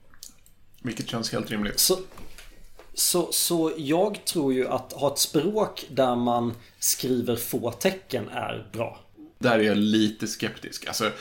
Vilket känns helt rimligt. Så, så, så jag tror ju att ha ett språk där man skriver få tecken är bra. Där är jag lite skeptisk. Alltså,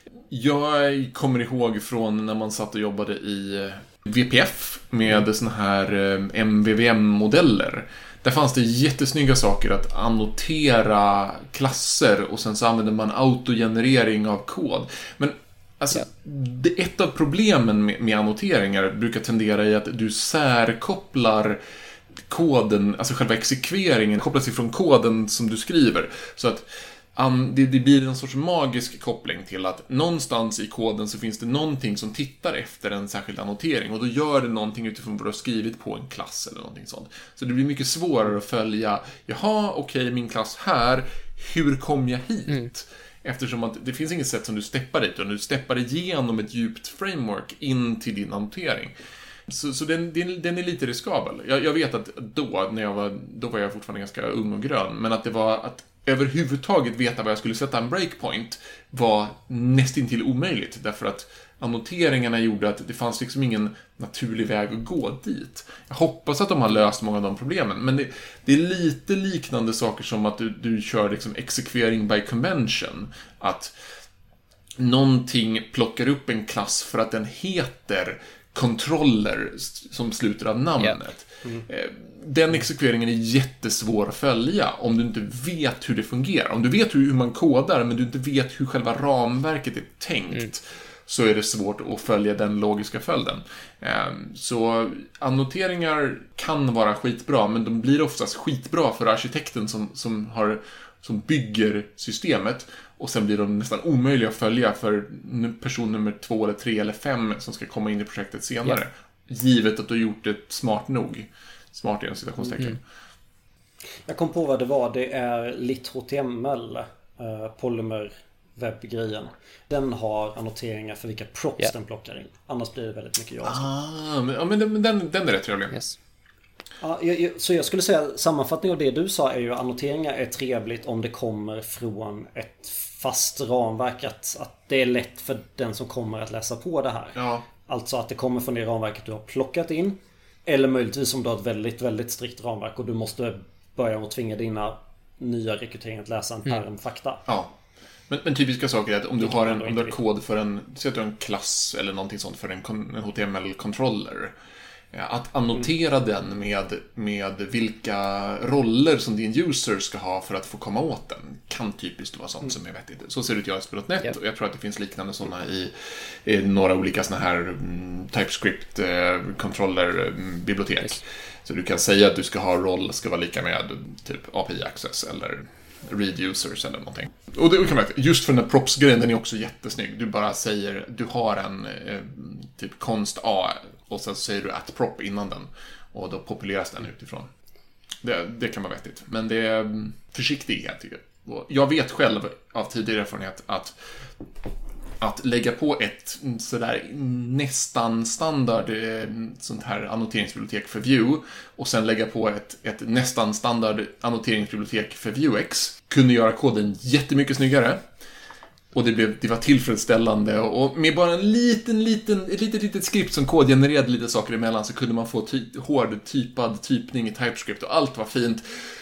jag kommer ihåg från när man satt och jobbade i V P F med mm. såna här M V V M-modeller. Där fanns det jättesnygga saker att annotera klasser och sen så använder man autogenerering av kod. Men alltså, ja. det, ett av problemen med, med annoteringar brukar tendera i att du särkopplar koden, alltså själva exekveringen kopplas ifrån koden som du skriver. Så att Um, det, det blir en sorts magisk koppling till att någonstans i koden så finns det någonting som tittar efter en särskild annotering och då gör det någonting utifrån vad du har skrivit på en klass eller någonting sånt. Så det blir mycket svårare att följa, jaha, okej, okay, min klass här, hur kom jag hit? Mm. Eftersom att det finns inget sätt som du steppar dit, utan du steppar igenom ett djupt framework in till din annotering. Så, så den, den, den är lite riskabel. Jag, jag vet att då, när jag var, då var jag fortfarande ganska ung och grön, men att det var att överhuvudtaget veta vad jag skulle sätta en breakpoint var nästintill omöjligt, därför att annoteringarna gjorde att det fanns liksom ingen naturlig väg att gå dit. Jag hoppas att de har löst många av de problemen, men det, det är lite liknande saker som att du, du kör liksom executing by convention, att någonting plockar upp en klass för att den heter kontroller som slutar av namnet. Yep. Mm. Den exekveringen är jättesvår att följa om du inte vet hur det fungerar. Om du vet hur man kodar men du inte vet hur själva ramverket är tänkt, mm. så är det svårt att följa den logiska följden. Så annoteringar kan vara skitbra, men de blir oftast skitbra för arkitekten som, som, har, som bygger systemet, och sen blir de nästan omöjliga att följa för person nummer två eller tre eller fem som ska komma in i projektet senare. Ja. Givet att du har gjort det smart nog. Smart i en situationstecken. Mm. Jag kom på vad det var. Det är lit H T M L, uh, Polymer webbgrejen. Den har annoteringar för vilka props Yeah. den plockar in. Annars blir det väldigt mycket JavaScript. Ah, men, ja, men den, den, den är rätt trevlig. Yes. Ja, jag, jag, så jag skulle säga sammanfattning av det du sa är ju att annoteringar är trevligt om det kommer från ett fast ramverk. Att, att det är lätt för den som kommer att läsa på det här. Ja. Alltså att det kommer från det ramverket du har plockat in. Eller möjligtvis om du har ett väldigt, väldigt strikt ramverk och du måste börja och tvinga dina nya rekryteringar att läsa en pärm fakta. Ja. Men, men typiska saker är att om du har en om du har kod för en, säg att du har en klass eller någonting sånt för en, en H T M L-controller. Att annotera mm. den med, med vilka roller som din user ska ha för att få komma åt den kan typiskt vara sånt mm. som är vettigt. Så ser det ut i A S P punkt net yep. och jag tror att det finns liknande sådana i, i några olika såna här mm, TypeScript eh, controller mm, bibliotek. Yes. Så du kan säga att du ska ha roll ska vara lika med typ A P I access eller read users eller någonting. Och det kan man, just för den här props-grejen, den är också jättesnygg. Du bara säger, du har en eh, typ const A och sen säger du at prop innan den och då populeras den utifrån. Det, det kan vara vettigt. Men det är försiktighet tycker jag. Och jag vet själv av tidigare erfarenhet att att lägga på ett sådär nästan standard sånt här annoteringsbibliotek för Vue och sen lägga på ett, ett nästan standard annoteringsbibliotek för Vuex kunde göra koden jättemycket snyggare. Och det, blev, det var tillfredsställande och med bara en liten, liten, ett litet, litet skript som kod genererade lite saker emellan så kunde man få ty- hård typad typning i TypeScript och allt var fint.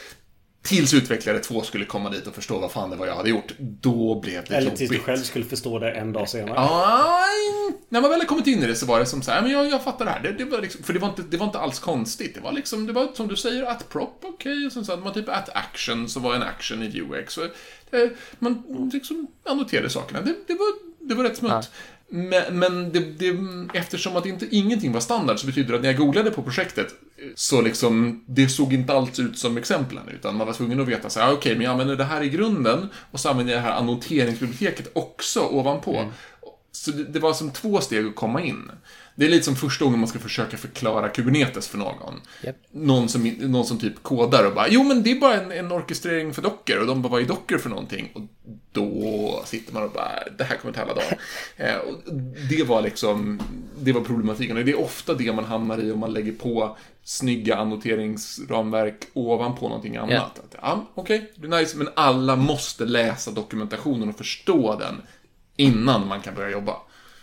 Tills utvecklare två skulle komma dit och förstå vad fan det var jag hade gjort. Då blev det Eller jobbigt. tills du själv skulle förstå det en dag senare. Ja, när man väl hade kommit in i det så var det som så här, men jag, jag fattar det här. Det, det var liksom, för det var, inte, det var inte alls konstigt. Det var liksom, det var som du säger, at prop, okej. Okay, och sen så hade man typ at action, så var en action i Vuex. Så det, man liksom annoterade sakerna. Det, det, var, det var rätt smutt. Ja. Men, men det, det, eftersom att inte, ingenting var standard så betyder det att när jag googlade på projektet så liksom, det såg inte alls ut som exemplen utan man var tvungen att veta så här, okej, okay, men jag använder det här i grunden och så använder jag det här annoteringsbiblioteket också ovanpå. Mm. Så det, det var som två steg att komma in. Det är lite som första gången man ska försöka förklara Kubernetes för någon. Yep. Någon, som, någon som typ kodar och bara, jo men det är bara en, en orkestrering för Docker och de bara, vad är Docker för någonting? Och då sitter man och bara, det här kommer ta alla dagar. eh, och det var liksom, det var problematiken. Och det är ofta det man hamnar i om man lägger på snygga annoteringsramverk ovanpå någonting annat. Yeah. Att, ja, okej, okay, det är nice, men alla måste läsa dokumentationen och förstå den innan man kan börja jobba.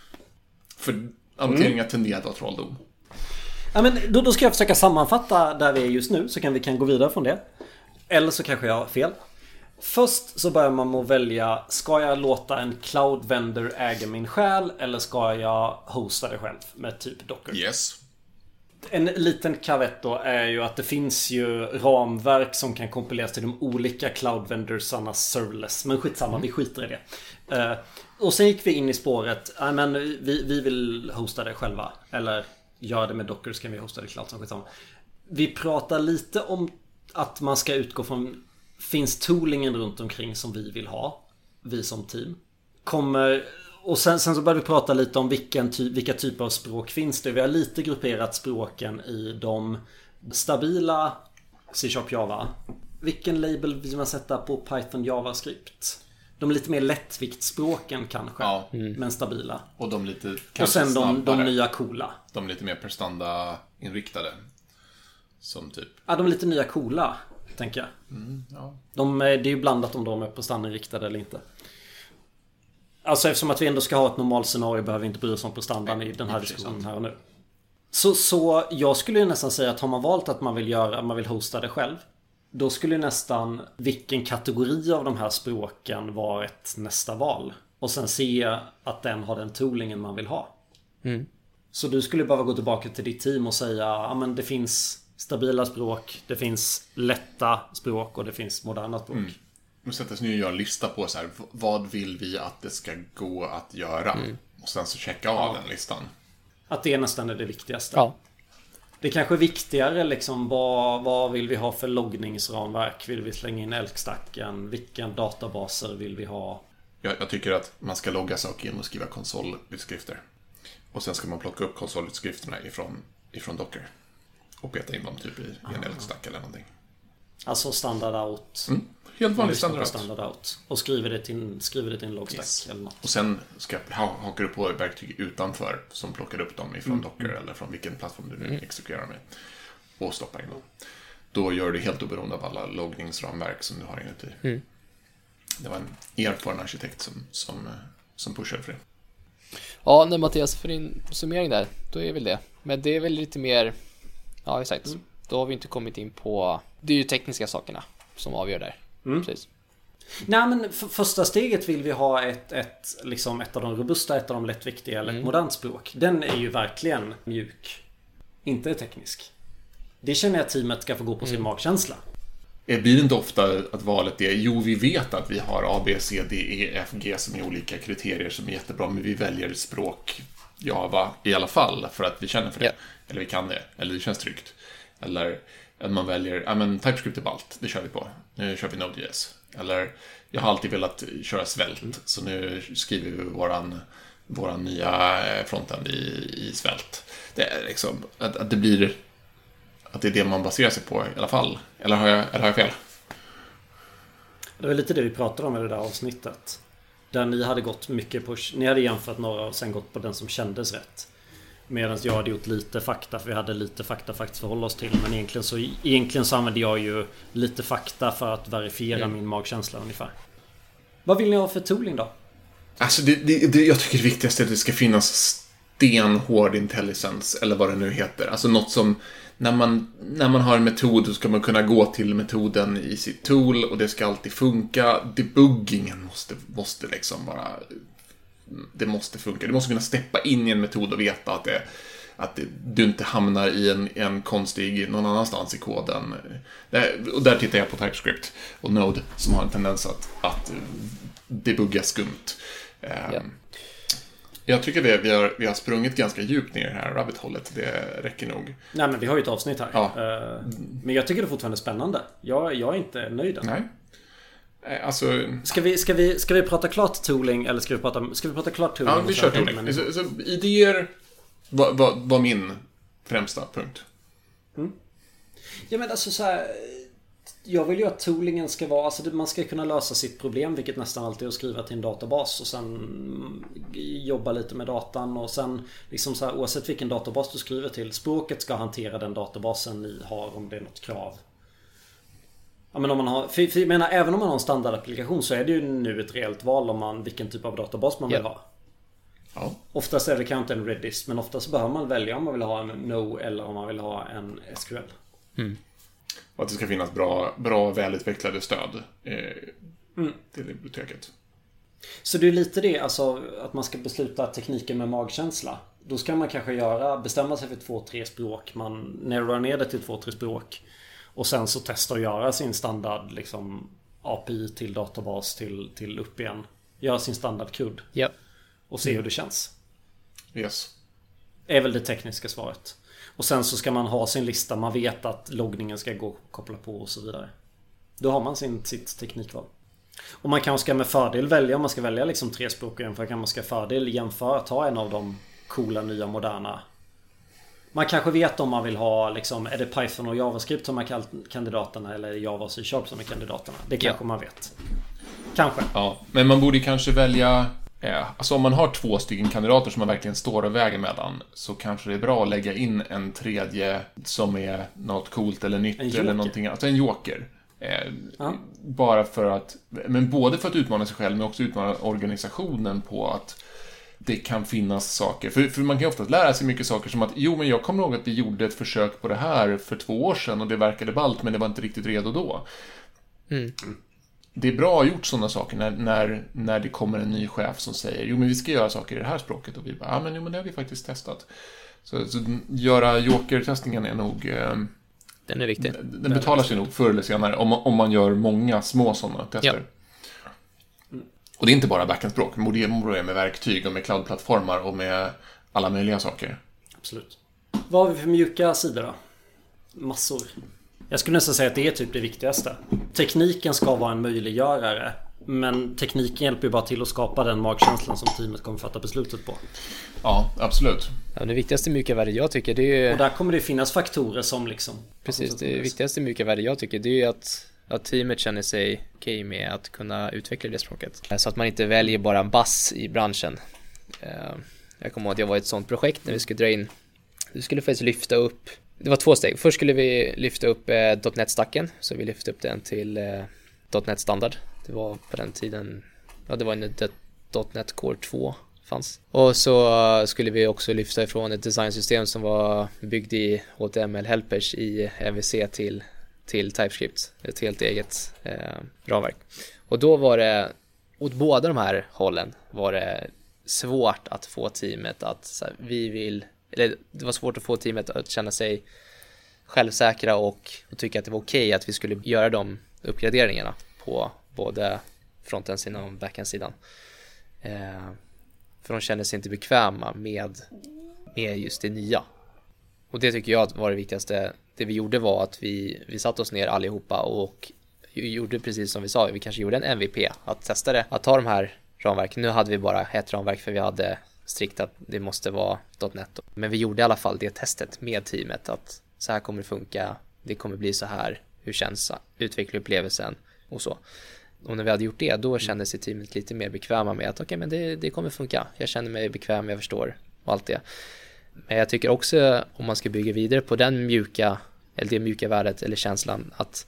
För annoteringar mm. tenderar att ha trolldom. Ja, men då, då ska jag försöka sammanfatta där vi är just nu, så kan vi kan gå vidare från det. Eller så kanske jag har fel. Först så börjar man med att välja, ska jag låta en cloud vendor äga min själ eller ska jag hosta det själv med typ Docker? Yes. En liten kavett då är ju att det finns ju ramverk som kan kompileras till de olika cloud vendorsarnas serverless. Men skitsamma, mm. vi skiter i det. Uh, och sen gick vi in i spåret, I men vi, vi vill hosta det själva. Eller gör det med Docker så kan vi hosta det cloud som skitsamma. Vi pratar lite om att man ska utgå från, finns toolingen runt omkring som vi vill ha, vi som team. Kommer... Och sen, sen så började vi prata lite om vilken ty- vilka typer av språk finns det. Vi har lite grupperat språken i de stabila C-sharp Java. Vilken label vill man sätta på Python JavaScript? De lite mer lättviktsspråken kanske, ja. mm. men stabila. Och de lite Och sen de, de nya coola. De lite mer prestanda-inriktade. Som typ... Ja, de lite nya coola, tänker jag. Mm, ja. de, det är ju blandat om de är prestanda-inriktade eller inte. Alltså eftersom att vi ändå ska ha ett normalt scenario behöver vi inte bry oss om prestandan i den här diskussionen här och nu. Så, så jag skulle ju nästan säga att har man valt att man vill göra, man vill hosta det själv, då skulle nästan vilken kategori av de här språken vara ett nästa val. Och sen se att den har den toolingen man vill ha. Mm. Så du skulle bara gå tillbaka till ditt team och säga, ja men det finns stabila språk, det finns lätta språk och det finns moderna språk. Mm. Nu sätter sig nu och gör en lista på så här, vad vill vi att det ska gå att göra? Mm. Och sen så checka av ja. den listan. Att det nästan är det viktigaste. Ja. Det är kanske viktigare liksom, vad, vad vill vi ha för loggningsramverk? Vill vi slänga in Elk-stacken? Vilka databaser vill vi ha? Jag, jag tycker att man ska logga saker genom att skriva konsolutskrifter. Och sen ska man plocka upp konsolutskrifterna ifrån, ifrån Docker. Och peta in dem typ i, i en Elk-stack eller någonting. Alltså standard out. Mm. Helt vanlig standard, standard out. Och skriver det till, skriver det till en logstack yes. eller något. Och sen ska, ha, hakar du på verktyg utanför som plockar upp dem ifrån mm. Docker eller från vilken plattform du mm. exekverar med. Och stoppar in dem. Då gör du helt oberoende av alla loggningsramverk som du har inuti. Mm. Det var en erfaren arkitekt som, som, som pushade för det. Ja, nej Mattias, för din summering där, då är väl det. Men det är väl lite mer, ja exakt, mm. då har vi inte kommit in på, det är ju tekniska sakerna som avgör där. Mm. Precis. Nej, men för första steget vill vi ha ett, ett, liksom ett av de robusta, ett av de lättviktiga eller ett mm. modernt språk. Den är ju verkligen mjuk, inte teknisk. Det känner jag att teamet ska få gå på sin mm. magkänsla. Blir det inte ofta att valet är, jo vi vet att vi har A, B, C, D, E, F, G som är olika kriterier som är jättebra, men vi väljer språk Java i alla fall för att vi känner för det. Yeah. Eller vi kan det, eller det känns tryggt. Eller att man väljer, ja men TypeScript är ballt, det kör vi på. Nu kör vi Node.js. Eller, jag har alltid velat köra svält, mm. så nu skriver vi våran, våran nya frontend i, i svält. Det är liksom, att, att det blir, att det är det man baserar sig på i alla fall. Eller har jag, eller har jag fel? Det var lite det vi pratade om i det där avsnittet. Där ni hade gått mycket på, ni hade jämfört några och sen gått på den som kändes rätt. Medan jag hade gjort lite fakta, för vi hade lite fakta faktiskt förhålla oss till. Men egentligen så, egentligen så använde jag ju lite fakta för att verifiera mm. min magkänsla ungefär. Vad vill ni ha för tooling då? Alltså det, det, det, jag tycker det viktigaste är att det ska finnas stenhård intelligence, eller vad det nu heter. Alltså något som, när man, när man har en metod så ska man kunna gå till metoden i sitt tool och det ska alltid funka. Debuggingen måste, måste liksom vara... Det måste funka. Du måste kunna steppa in i en metod och veta att, det, att det, du inte hamnar i en, en konstig någon annanstans i koden. Det, och där tittar jag på TypeScript och Node som har en tendens att, att debugga skumt. Yeah. Jag tycker det, vi, har, vi har sprungit ganska djupt ner i det här rabbit-hållet. Det räcker nog. Nej, men vi har ju ett avsnitt här. Ja. Men jag tycker det är fortfarande spännande. Jag, jag är inte nöjd än. Nej. Alltså... Ska vi, ska, vi, ska vi prata klart tooling eller ska vi prata, ska vi prata klart tooling? Ja, vi kör tooling. Så, så, idéer var, var, var min främsta punkt. Mm. Ja, men alltså så här, jag vill ju att toolingen ska vara, alltså man ska kunna lösa sitt problem, vilket nästan alltid är att skriva till en databas och sen jobba lite med datan och sen liksom så här, oavsett vilken databas du skriver till, språket ska hantera den databasen ni har om det är något krav. Ja, men om man har, för, för jag menar, även om man har en standardapplikation så är det ju nu ett reellt val om man, vilken typ av databas man vill ha. Ja. Oftast är det kanske inte en Redis, men oftast behöver man välja om man vill ha en No eller om man vill ha en S Q L. Mm. Och att det ska finnas bra, bra välutvecklade stöd eh, mm. till biblioteket. Så det är lite det, alltså att man ska besluta tekniken med magkänsla. Då ska man kanske göra, bestämma sig för två, tre språk. Man narrowar ner det till två, tre språk. Och sen så testa att göra sin standard liksom, A P I till databas till, till upp igen. Göra sin standard C U D. Yep. Och se hur det känns. Yes. Är väl det tekniska svaret. Och sen så ska man ha sin lista. Man vet att loggningen ska gå att koppla på och så vidare. Då har man sin, sitt teknikval. Och man kanske ska med fördel välja. Om man ska välja liksom tre språk och jämföra, kan man ska fördel jämföra. Ta en av de coola, nya, moderna. Man kanske vet om man vill ha liksom, är det Python och JavaScript som är kandidaterna eller Java och C-sharp som är kandidaterna. Det kanske ja. man vet. Kanske. Ja, men man borde kanske välja... Ja, alltså om man har två stycken kandidater som man verkligen står och väger mellan, så kanske det är bra att lägga in en tredje som är något coolt eller nytt eller någonting annat. Alltså en joker. Eh, ja. Bara för att, men både för att utmana sig själv men också utmana organisationen på att det kan finnas saker. För, för man kan ju ofta lära sig mycket saker som att jo, men jag kommer ihåg att vi gjorde ett försök på det här för två år sedan och det verkade ballt, men det var inte riktigt redo då. Mm. Det är bra gjort sådana saker när, när, när det kommer en ny chef som säger jo, men vi ska göra saker i det här språket och vi bara, ja men, jo, men det har vi faktiskt testat. Så, så göra joker-testningen är nog eh, den är viktig. Den, den betalar sig nog förr eller senare om, om man gör många små sådana tester. Ja. Och det är inte bara backend-språk, det är med verktyg och med cloud-plattformar och med alla möjliga saker. Absolut. Vad har vi för mjuka sidor då? Massor. Jag skulle nästan säga att det är typ det viktigaste. Tekniken ska vara en möjliggörare Men tekniken hjälper ju bara till att skapa den magkänslan som teamet kommer fatta beslutet på. Ja, absolut. Ja, det viktigaste mjuka värde jag tycker det är ju... Och där kommer det finnas faktorer som liksom... Precis, det viktigaste mjuka värde jag tycker det är ju att, att teamet känner sig okej okay med att kunna utveckla det språket. Så att man inte väljer bara en bass i branschen. Jag kommer ihåg att jag var i ett sånt projekt när vi skulle dra in... Vi skulle faktiskt lyfta upp... Det var två steg. Först skulle vi lyfta upp eh, .NET-stacken. Så vi lyfte upp den till eh, .NET-standard. Det var på den tiden... Ja, det var en .NET Core två fanns. Och så skulle vi också lyfta ifrån ett designsystem som var byggd i H T M L-helpers i M V C till, till TypeScript. Ett helt eget eh, ramverk. Och då var det... Åt båda de här hållen var det svårt att få teamet att... Så här, vi vill... Eller det var svårt att få teamet att känna sig självsäkra och, och tycka att det var okej okay att vi skulle göra de uppgraderingarna på både frontend-sidan och backend-sidan. Eh, för de kände sig inte bekväma med, med just det nya. Och det tycker jag var det viktigaste. Det vi gjorde var att vi, vi satt oss ner allihopa och gjorde precis som vi sa. Vi kanske gjorde en M V P att testa det. Att ta de här ramverken. Nu hade vi bara ett ramverk för vi hade strikt att det måste vara .NET. Men vi gjorde i alla fall det testet med teamet att så här kommer det funka, det kommer bli så här, hur känns utvecklarupplevelsen och så. Och när vi hade gjort det, då kände sig teamet lite mer bekväma med att okej, okay, men det, det kommer funka. Jag känner mig bekväm, jag förstår och allt det. Men jag tycker också om man ska bygga vidare på den mjuka, eller det mjuka värdet eller känslan att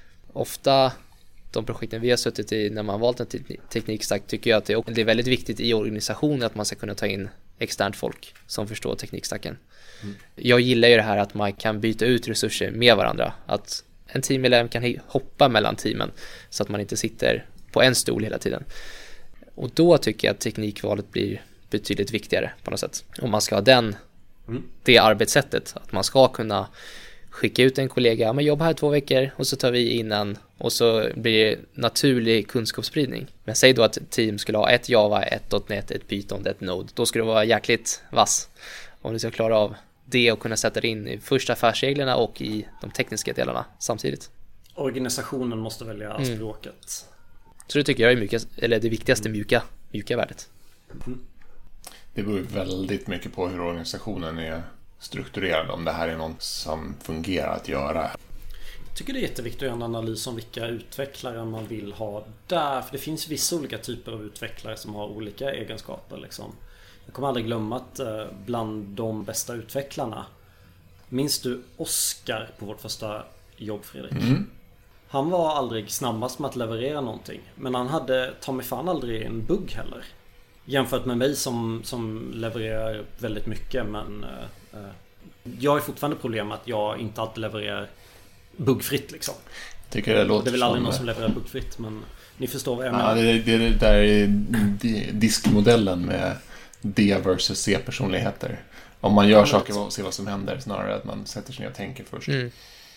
ofta de projekten vi har suttit i när man valt en te- teknikstack tycker jag att det är, det är väldigt viktigt i organisationen att man ska kunna ta in externt folk som förstår teknikstacken. Mm. Jag gillar ju det här att man kan byta ut resurser med varandra. Att en teammedlem kan hoppa mellan teamen så att man inte sitter på en stol hela tiden. Och då tycker jag att teknikvalet blir betydligt viktigare på något sätt. Om man ska ha den, mm. det arbetssättet, att man ska kunna skicka ut en kollega, men jobba här två veckor och så tar vi in en och så blir det naturlig kunskapsspridning. Men säg då att ett team skulle ha ett Java, ett .NET, ett Python, ett Node. Då skulle det vara jäkligt vass om du ska klara av det och kunna sätta det in i första affärsreglerna och i de tekniska delarna samtidigt. Organisationen måste välja mm. språket. Så det tycker jag är mjuka, eller det viktigaste mm. mjuka, mjuka värdet. Mm. Det beror väldigt mycket på hur organisationen är strukturerad, om det här är något som fungerar att göra. Jag tycker det är jätteviktigt att göra en analys om vilka utvecklare man vill ha där. För det finns vissa olika typer av utvecklare som har olika egenskaper. Liksom. Jag kommer aldrig glömma att bland de bästa utvecklarna, minns du Oscar på vårt första jobb, Fredrik? Mm. Han var aldrig snabbast med att leverera någonting. Men han hade ta mig fan aldrig en bugg heller. Jämfört med mig som, som levererar väldigt mycket. Men eh, jag har fortfarande problem med att jag inte alltid levererar buggfritt liksom. Tycker det låter det är väl aldrig som... någon som levererar buggfritt, men ni förstår vad jag menar. Ja, det, det, det där är diskmodellen med D versus C-personligheter. Om man gör ja, saker och ser vad som händer snarare att man sätter sig ner och tänker först. Mm.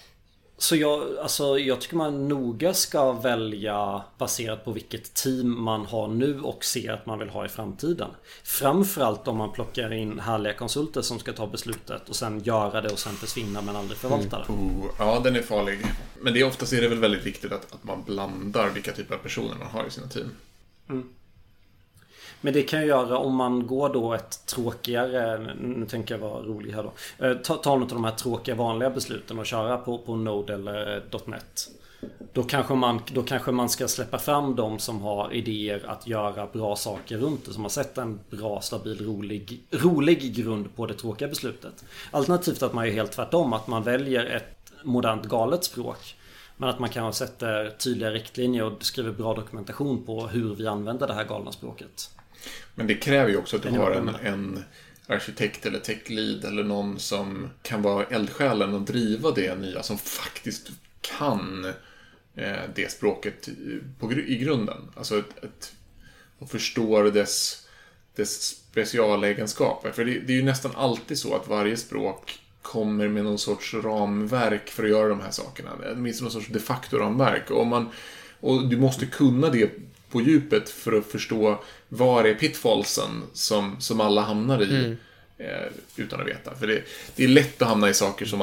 Så jag, alltså, jag tycker man noga ska välja baserat på vilket team man har nu och ser att man vill ha i framtiden. Framförallt om man plockar in härliga konsulter som ska ta beslutet och sen göra det och sen försvinna men aldrig förvalta det. Mm. Oh, ja, den är farlig. Men det är oftast är det väl väldigt viktigt att, att man blandar vilka typer av personer man har i sina team. Mm. Men det kan jag göra om man går då ett tråkigare, nu tänker jag vara rolig här då, ta, ta något av de här tråkiga vanliga besluten och köra på, på Node eller .NET. Då kanske, man, då kanske man ska släppa fram de som har idéer att göra bra saker runt det, som har sett en bra, stabil, rolig, rolig grund på det tråkiga beslutet. Alternativt att man är helt tvärtom, att man väljer ett modernt galet språk. Men att man kanske sätter tydliga riktlinjer och skriver bra dokumentation på hur vi använder det här galna språket. Men det kräver ju också att du har en, en arkitekt eller tech lead eller någon som kan vara eldsjälen och driva det nya, som faktiskt kan eh, det språket på, i grunden. Alltså ett, ett, och förstår dess, dess specialegenskaper. För det, det är ju nästan alltid så att varje språk kommer med någon sorts ramverk för att göra de här sakerna. Det minns någon sorts de facto ramverk. Och, man, och du måste kunna det på djupet för att förstå var är pitfallsen som, som alla hamnar i mm. eh, utan att veta. För det, det är lätt att hamna i saker som att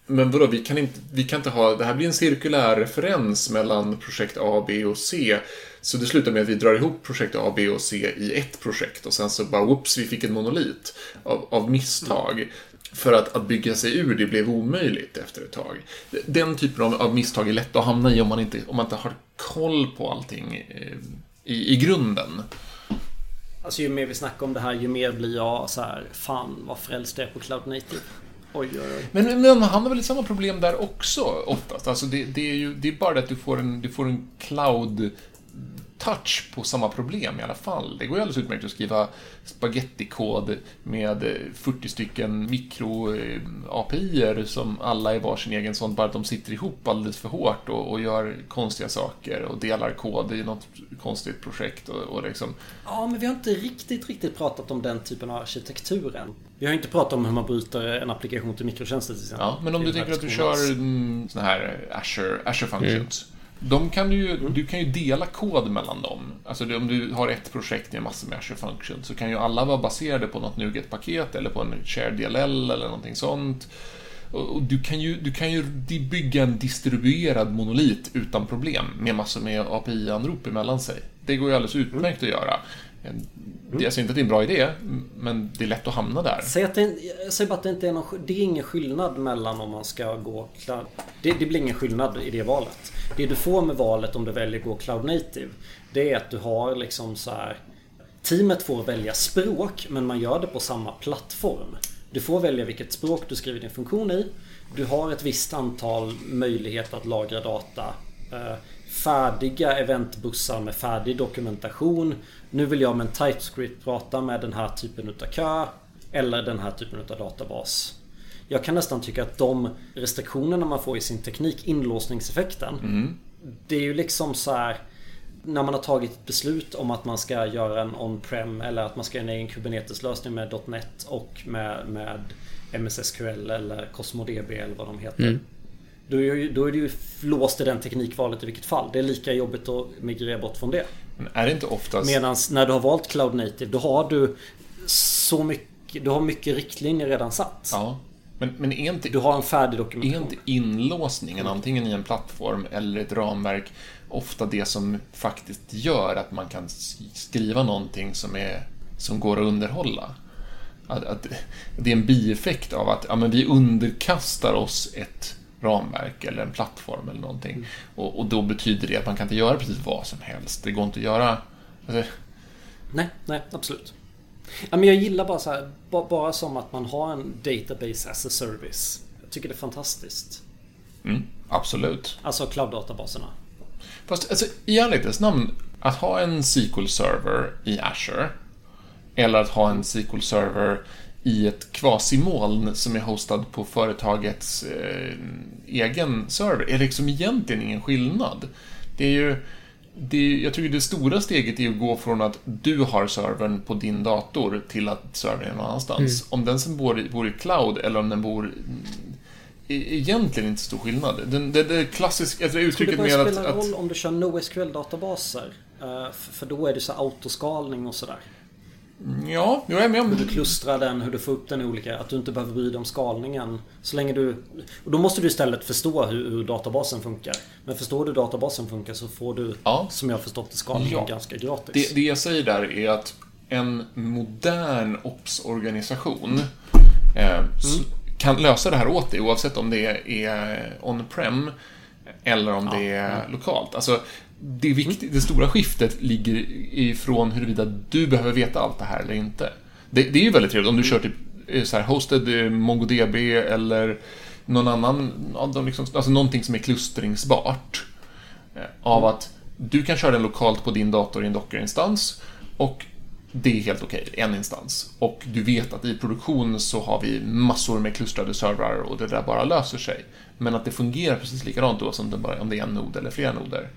Men vadå, vi kan inte, vi kan inte ha, det här blir en cirkulär referens mellan projekt A, B och C. Så det slutar med att vi drar ihop projekt A, B och C i ett projekt. Och sen så bara, whoops, vi fick en monolit av, av misstag. Mm. För att, att bygga sig ur det blev omöjligt efter ett tag. Den typen av, av misstag är lätt att hamna i om man inte, om man inte har koll på allting i, i grunden. Alltså ju mer vi snackar om det här, ju mer blir jag så här, fan vad frälst är på Cloud Native. Oj, oj, oj. Men, men han har väl samma problem där också oftast. Alltså det, det är ju det är bara det att du får en, du får en cloud touch på samma problem i alla fall. Det går ju alldeles utmärkt att skriva spaghetti-kod med fyrtio stycken mikro-A P I-er som alla är varsin egen sån, bara att de sitter ihop alldeles för hårt och, och gör konstiga saker och delar kod i något konstigt projekt och, och liksom. Ja, men vi har inte riktigt, riktigt pratat om den typen av arkitekturen. Vi har inte pratat om hur man bryter en applikation till mikrotjänster till exempel. Ja, men om du tänker att du kör mm, såna här Azure, Azure Functions. Mm. De kan du, ju, mm. du kan ju dela kod mellan dem. Alltså om du har ett projekt med massor med Azure Functions så kan ju alla vara baserade på något NuGet-paket eller på en shared D L L eller någonting sånt. Och du kan ju, du kan ju bygga en distribuerad monolit utan problem med massor med A P I-anrop emellan sig. Det går ju alldeles utmärkt att göra. Det är alltså inte att det är en bra idé, men det är lätt att hamna där. Säg, att det, säg bara att det inte är någon, det är ingen skillnad mellan om man ska gå cloud. Det, det blir ingen skillnad i det valet. Det du får med valet om du väljer att gå Cloud Native, det är att du har liksom så här, teamet får välja språk, men man gör det på samma plattform. Du får välja vilket språk du skriver din funktion i. Du har ett visst antal möjligheter att lagra data. Färdiga eventbussar med färdig dokumentation. Nu vill jag med en TypeScript prata med den här typen utav kö eller den här typen utav databas. Jag kan nästan tycka att de restriktionerna man får i sin teknik, inlåsningseffekten, mm. det är ju liksom så här, när man har tagit ett beslut om att man ska göra en on-prem eller att man ska göra en egen Kubernetes-lösning med .NET och med, med M S S Q L eller CosmoDB eller vad de heter. Mm. Då är, ju, då är det ju låst i den teknikvalet i vilket fall. Det är lika jobbigt att migrera bort från det. Men är det inte oftast... Medan när du har valt Cloud Native, då har du så mycket, du har mycket riktlinjer redan satt. Ja. Men, men är inte, du har en färdig dokumentation. Är inte inlåsningen mm. antingen i en plattform eller ett ramverk ofta det som faktiskt gör att man kan skriva någonting som, är, som går att underhålla? Att, att det är en bieffekt av att ja, men vi underkastar oss ett ramverk eller en plattform eller någonting. Mm. Och, och då betyder det att man kan inte göra precis vad som helst. Det går inte att göra... Alltså... Nej, nej, absolut. Ja, men jag gillar bara så här, bara, bara som att man har en database as a service. Jag tycker det är fantastiskt. Mm, absolut. Alltså cloud-databaserna. Fast alltså, i ärlighetens namn, att ha en S Q L-server i Azure eller att ha en S Q L-server i ett kvasimoln som är hostad på företagets eh, egen server är liksom egentligen ingen skillnad. Det är ju det är, jag tycker det stora steget är att gå från att du har servern på din dator till att servern är någon annanstans. Mm. Om den som bor i, bor i cloud eller om den bor är egentligen inte stor skillnad. Den, det, det klassiska alltså, uttrycket med att... Det spelar roll om du kör NoSQL-databaser. Uh, för då är det så autoskalning och sådär. Ja, jag är med om hur du klustrar den, hur du får upp den i olika, att du inte behöver bry dig om skalningen så länge du, och då måste du istället förstå hur, hur databasen funkar. Men förstår du hur databasen funkar så får du, ja. som jag förstått det, skalningen ja. ganska gratis. Det, det jag säger där är att en modern ops-organisation eh, mm. kan lösa det här åt dig oavsett om det är on-prem eller om ja. det är mm. lokalt. Alltså Det, viktiga, det stora skiftet ligger ifrån huruvida du behöver veta allt det här eller inte. Det, det är ju väldigt trevligt om du kör typ så här hosted MongoDB eller någon annan av dem liksom, alltså någonting som är klustringsbart av att du kan köra den lokalt på din dator i en Docker-instans och det är helt okej, en instans. Och du vet att i produktion så har vi massor med klustrade servrar och det där bara löser sig. Men att det fungerar precis likadant då som det bara, om det är en nod eller flera noder.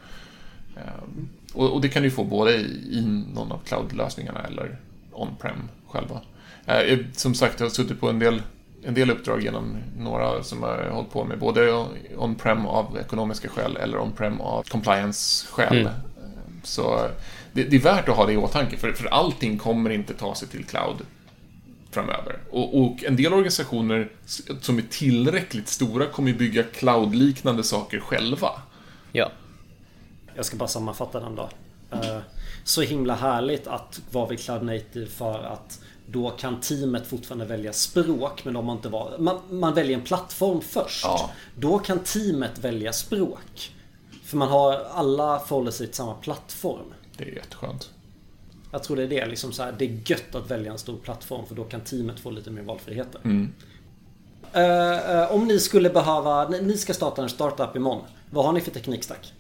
Och, och det kan du få både i, i någon av cloud-lösningarna eller on-prem själva. Eh, som sagt, jag har suttit på en del, en del uppdrag genom några som jag har hållit på med både on-prem av ekonomiska skäl eller on-prem av compliance-skäl. Mm. Så det, det är värt att ha det i åtanke för, för allting kommer inte ta sig till cloud framöver. Och, och en del organisationer som är tillräckligt stora kommer ju bygga cloud-liknande saker själva. Ja. Jag ska bara sammanfatta den då. Så himla härligt att vara vid Cloud Native, för att då kan teamet fortfarande välja språk, men de har inte var... man, man väljer en plattform först. Ja. Då kan teamet välja språk. För man har alla förhåller sig till samma plattform. Det är jätteskönt. Jag tror det är det. Liksom så här, det är gött att välja en stor plattform, för då kan teamet få lite mer valfriheter. Mm. Uh, uh, om ni skulle behöva... Ni ska starta en startup imorgon. Vad har ni för teknikstack?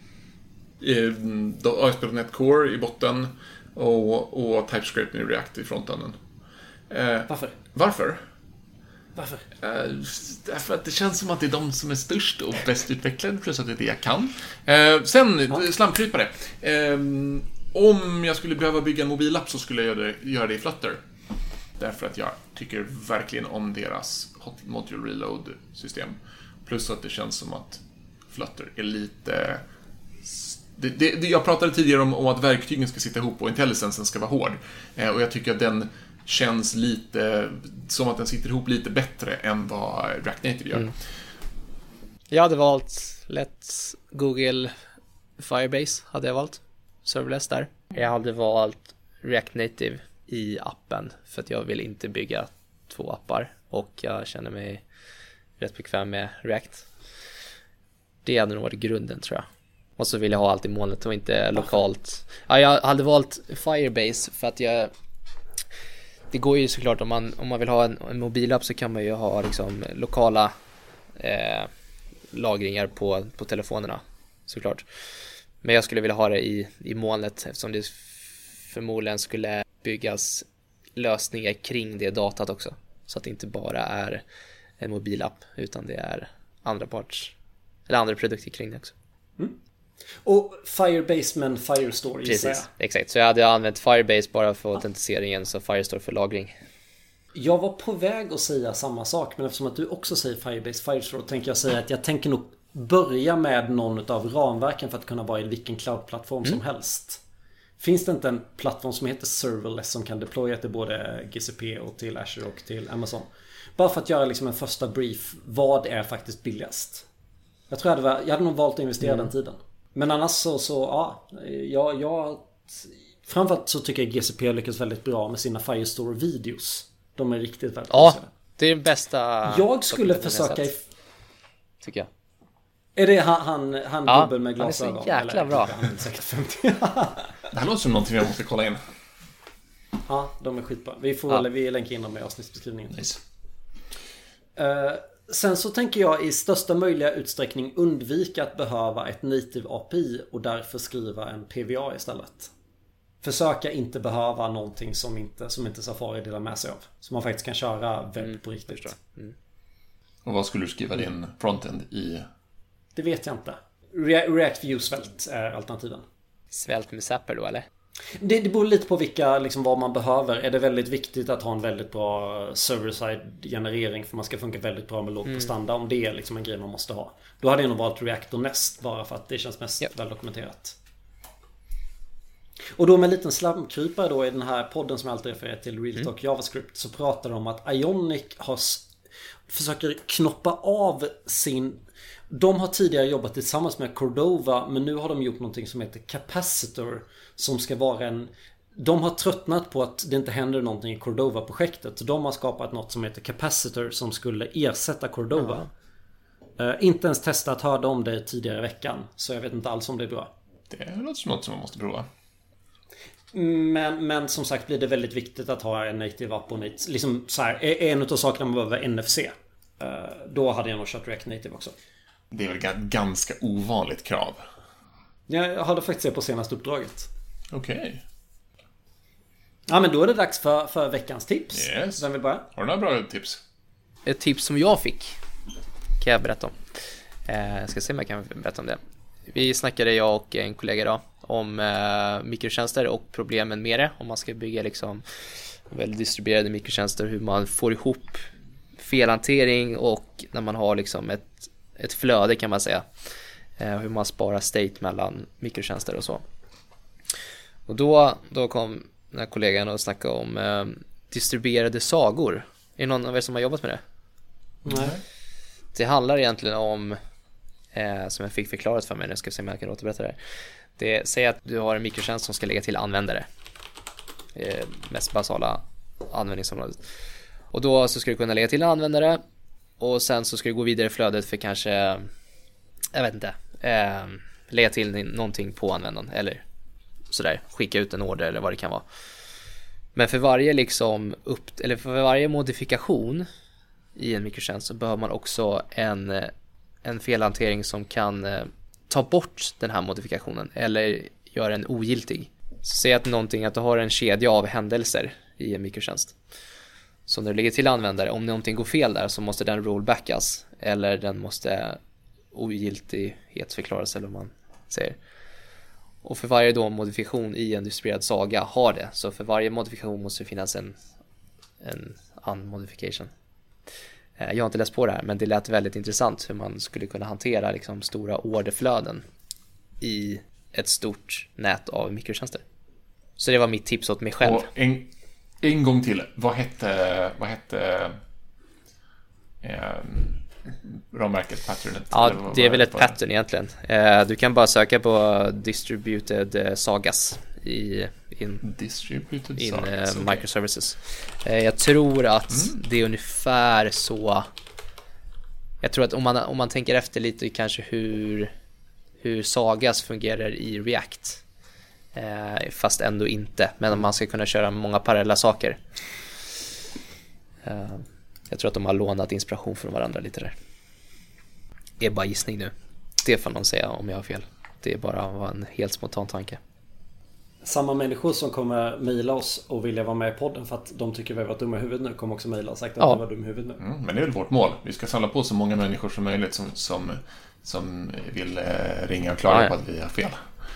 A S P punkt net Core i botten och, och TypeScript med React i frontenden. Eh, Varför? Varför? Varför? Eh, därför att det känns som att det är de som är störst och bäst utvecklade, plus att det är det jag kan. Eh, sen, ja. slamkrypare. Eh, om jag skulle behöva bygga en mobilapp så skulle jag göra det, göra det i Flutter. Därför att jag tycker verkligen om deras Hot Module Reload-system. Plus att det känns som att Flutter är lite... Det, det, det, jag pratade tidigare om, om att verktygen ska sitta ihop och intelligensen ska vara hård. Eh, och jag tycker att den känns lite som att den sitter ihop lite bättre än vad React Native gör. Mm. Jag hade valt lätt Google Firebase hade jag valt. Serverless där. Jag hade valt React Native i appen för att jag vill inte bygga två appar och jag känner mig rätt bekväm med React. Det hade nog varit grunden, tror jag. Och så vill jag ha allt i molnet och inte lokalt. Ja, jag hade valt Firebase för att jag... Det går ju såklart om man, om man vill ha en, en mobilapp så kan man ju ha liksom lokala eh, lagringar på, på telefonerna, såklart. Men jag skulle vilja ha det i, i molnet eftersom det förmodligen skulle byggas lösningar kring det datat också. Så att det inte bara är en mobilapp utan det är andra parts eller andra produkter kring det också. Mm. Och Firebase men Firestore. Precis, exakt. Så jag hade använt Firebase bara för autentiseringen, så Firestore för lagring. Jag var på väg att säga samma sak, men eftersom att du också säger Firebase, Firestore, tänker jag säga att jag tänker nog börja med någon av ramverken för att kunna vara i vilken cloud-plattform mm. som helst. Finns det inte en plattform som heter Serverless som kan deploya till både G C P och till Azure och till Amazon? Bara för att göra liksom en första brief. Vad är faktiskt billigast? Jag tror jag hade, jag hade nog valt att investera mm. den tiden. Men annars så, så ja, jag, jag framförallt så tycker jag G C P lyckas väldigt bra med sina Firestore-videos. De är riktigt väldigt Ja, bra. Det är den bästa. Jag skulle försöka i... tycker jag. Är det han, han, han ja, dubbel med glasögon? Han är så jäkla bra. Det här låter som någonting jag måste kolla in. Ja, de är skitbra. Vi får ja. vi länka in dem i avsnittsbeskrivningen. Nice. Uh, sen så tänker jag i största möjliga utsträckning undvika att behöva ett native A P I och därför skriva en P V A istället. Försöka inte behöva någonting som inte, som inte Safari delar med sig av. Så man faktiskt kan köra webb mm, på riktigt. Mm. Och vad skulle du skriva din frontend i? Det vet jag inte. Re- React View Svelte är alternativen. Svelte med Zapper då, eller? Det, det beror lite på vilka, liksom, vad man behöver. Är det väldigt viktigt att ha en väldigt bra server-side generering för man ska funka väldigt bra med låg mm. prestanda, om det är liksom en grej man måste ha. Då hade jag nog valt React och Nest bara för att det känns mest yep. väl dokumenterat. Och då med en liten slamkrypare då i den här podden som jag alltid refererar till, Real Talk mm. JavaScript, så pratar de om att Ionic har försöker knoppa av sin... De har tidigare jobbat tillsammans med Cordova, men nu har de gjort någonting som heter Capacitor, som ska vara en... De har tröttnat på att det inte händer någonting i Cordova-projektet. De har skapat något som heter Capacitor som skulle ersätta Cordova. Mm. Uh, inte ens testat, hörde om det tidigare i veckan, så jag vet inte alls om det är bra. Det låter som något som man måste prova. Men, men som sagt blir det väldigt viktigt att ha en native app och native, liksom så här, en av sakerna man behöver N F C. Uh, då hade jag nog kört React Native också. Det är väl ett ganska ovanligt krav. Jag hade faktiskt det på senaste uppdraget. Okej. Okay. Ja, men då är det dags för, för veckans tips. Yes. Vem vill börja? Har du några bra tips? Ett tips som jag fick kan jag berätta om. Eh, jag ska se om jag kan berätta om det. Vi snackade, jag och en kollega idag, om eh, mikrotjänster och problemen med det. Om man ska bygga liksom väl distribuerade mikrotjänster, hur man får ihop felhantering och när man har liksom ett, ett flöde kan man säga. Eh, hur man sparar state mellan mikrotjänster och så. Och då, då kom den här kollegan och snackade om eh, distribuerade sagor. Är det någon av er som har jobbat med det? Nej. Det handlar egentligen om, eh, som jag fick förklarat för mig, nu ska jag se om jag kan återberätta det här. Det säger att du har en mikrotjänst som ska lägga till användare. Eh, mest basala användningsområdet. Och då så ska du kunna lägga till en användare. Och sen så ska du gå vidare i flödet för kanske, jag vet inte, eh, lägga till någonting på användaren. Eller sådär, skicka ut en order eller vad det kan vara. Men för varje liksom upp, eller för varje modifikation i en mikrotjänst så behöver man också en, en felhantering som kan eh, ta bort den här modifikationen eller göra den ogiltig. Så säg att någonting, att du har en kedja av händelser i en mikrotjänst. Så när du lägger till användare, om någonting går fel där så måste den rollbackas eller den måste ogiltighetsförklaras eller vad man säger. Och för varje då modifikation i en distribuerad saga har det. Så för varje modifikation måste det finnas en, en unmodification. Jag har inte läst på det här, men det lät väldigt intressant hur man skulle kunna hantera liksom stora orderflöden i ett stort nät av mikrotjänster. Så det var mitt tips åt mig själv. Och en, en gång till, vad hette, vad hette eh, ramverket, patternet? Ja, vad, det är väl ett vad, pattern egentligen. Eh, du kan bara söka på distributed eh, sagas i in, distributed in sagas, eh, okay. microservices. Eh, jag tror att mm. det är ungefär så. Jag tror att om man, om man tänker efter lite kanske hur, hur sagas fungerar i React. Eh, fast ändå inte. Men om man ska kunna köra många parallella saker. Eh, jag tror att de har lånat inspiration från varandra lite där. Det är bara gissning nu. Det får någon säga om jag har fel. Det är bara en helt spontan tanke. Samma människor som kommer mejla oss och vilja vara med i podden för att de tycker vi har varit dumma i huvudet nu kommer också mejla och sagt att ja. vi var dumma i huvudet nu. Mm, men det är väl vårt mål. Vi ska samla på så många människor som möjligt som, som, som vill eh, ringa och klaga ja, ja. på att vi har fel.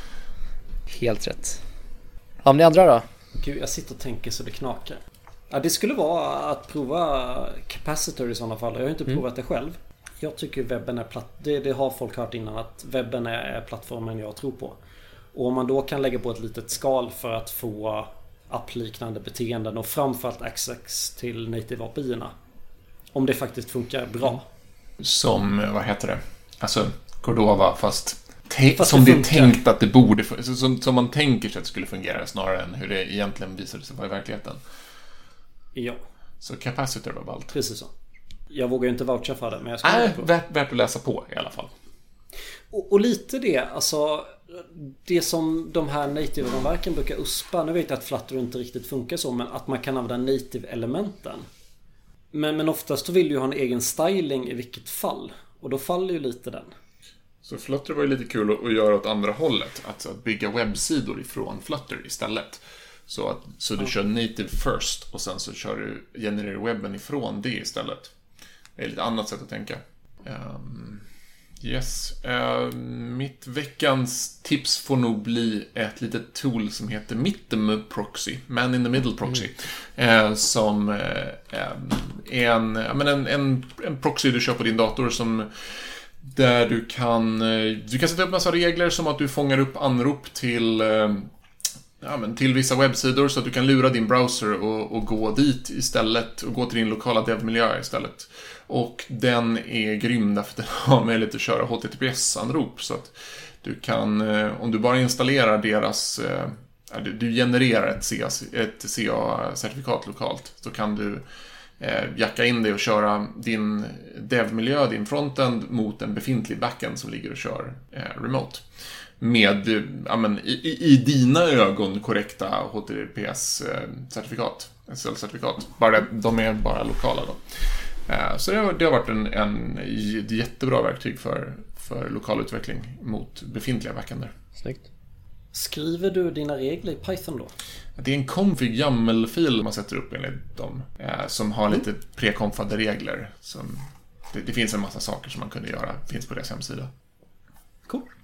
Helt rätt. Om ni andra då? Gud, jag sitter och tänker så det knakar. Ja, det skulle vara att prova Capacitor i sådana fall. Jag har inte mm. provat det själv. Jag tycker webben är platt. Det, det har folk hört innan att webben är plattformen jag tror på. Och om man då kan lägga på ett litet skal för att få appliknande beteenden och framförallt access till native A P I-erna. Om det faktiskt funkar bra. Som, vad heter det? Alltså Cordova fast, te- fast som det, det är tänkt att det borde, som, som man tänker sig att det skulle fungera snarare än hur det egentligen visade sig vara i verkligheten. Ja. Så Capacitor var ballt. Precis så. Jag vågar ju inte voucha för det, men jag ska Nej, värt, värt att läsa på i alla fall. Och, och lite det, alltså det som de här native-ramverken brukar uspa, nu vet jag att Flutter inte riktigt funkar så, men att man kan använda native-elementen. Men, men oftast vill du ha en egen styling i vilket fall. Och då faller ju lite den. Så Flutter var ju lite kul att göra åt andra hållet. Alltså att bygga webbsidor ifrån Flutter istället. Så, att, så du mm. kör native first och sen så kör du genererar webben ifrån det istället. Det är lite annat sätt att tänka. Um, yes. Uh, mitt veckans tips får nog bli ett litet tool som heter Mittem Proxy. Man in the Middle Proxy. Mm. Uh, som uh, är en, uh, men en, en, en proxy du kör på din dator som där du kan uh, du kan sätta upp massa regler som att du fångar upp anrop till uh, Ja, men till vissa webbsidor så att du kan lura din browser och, och gå dit istället och gå till din lokala devmiljö istället. Och den är grym därför att den har möjlighet att köra H T T P S-anrop så att du kan, om du bara installerar deras, du genererar ett C A-certifikat lokalt, så kan du jacka in det och köra din devmiljö, din frontend mot en befintlig backend som ligger och kör remote. Med ja, men, i, i dina ögon korrekta H T T P S-certifikat, S L certifikat. Bara, de är bara lokala då. Så det har, det har varit en, en jättebra verktyg för, för lokal utveckling mot befintliga backender. Snyggt. Skriver du dina regler i Python då? Det är en config YAML-fil man sätter upp enligt dem. Som har lite mm. prekonfade regler. Som, det, det finns en massa saker som man kunde göra. Finns på deras hemsida. Cool.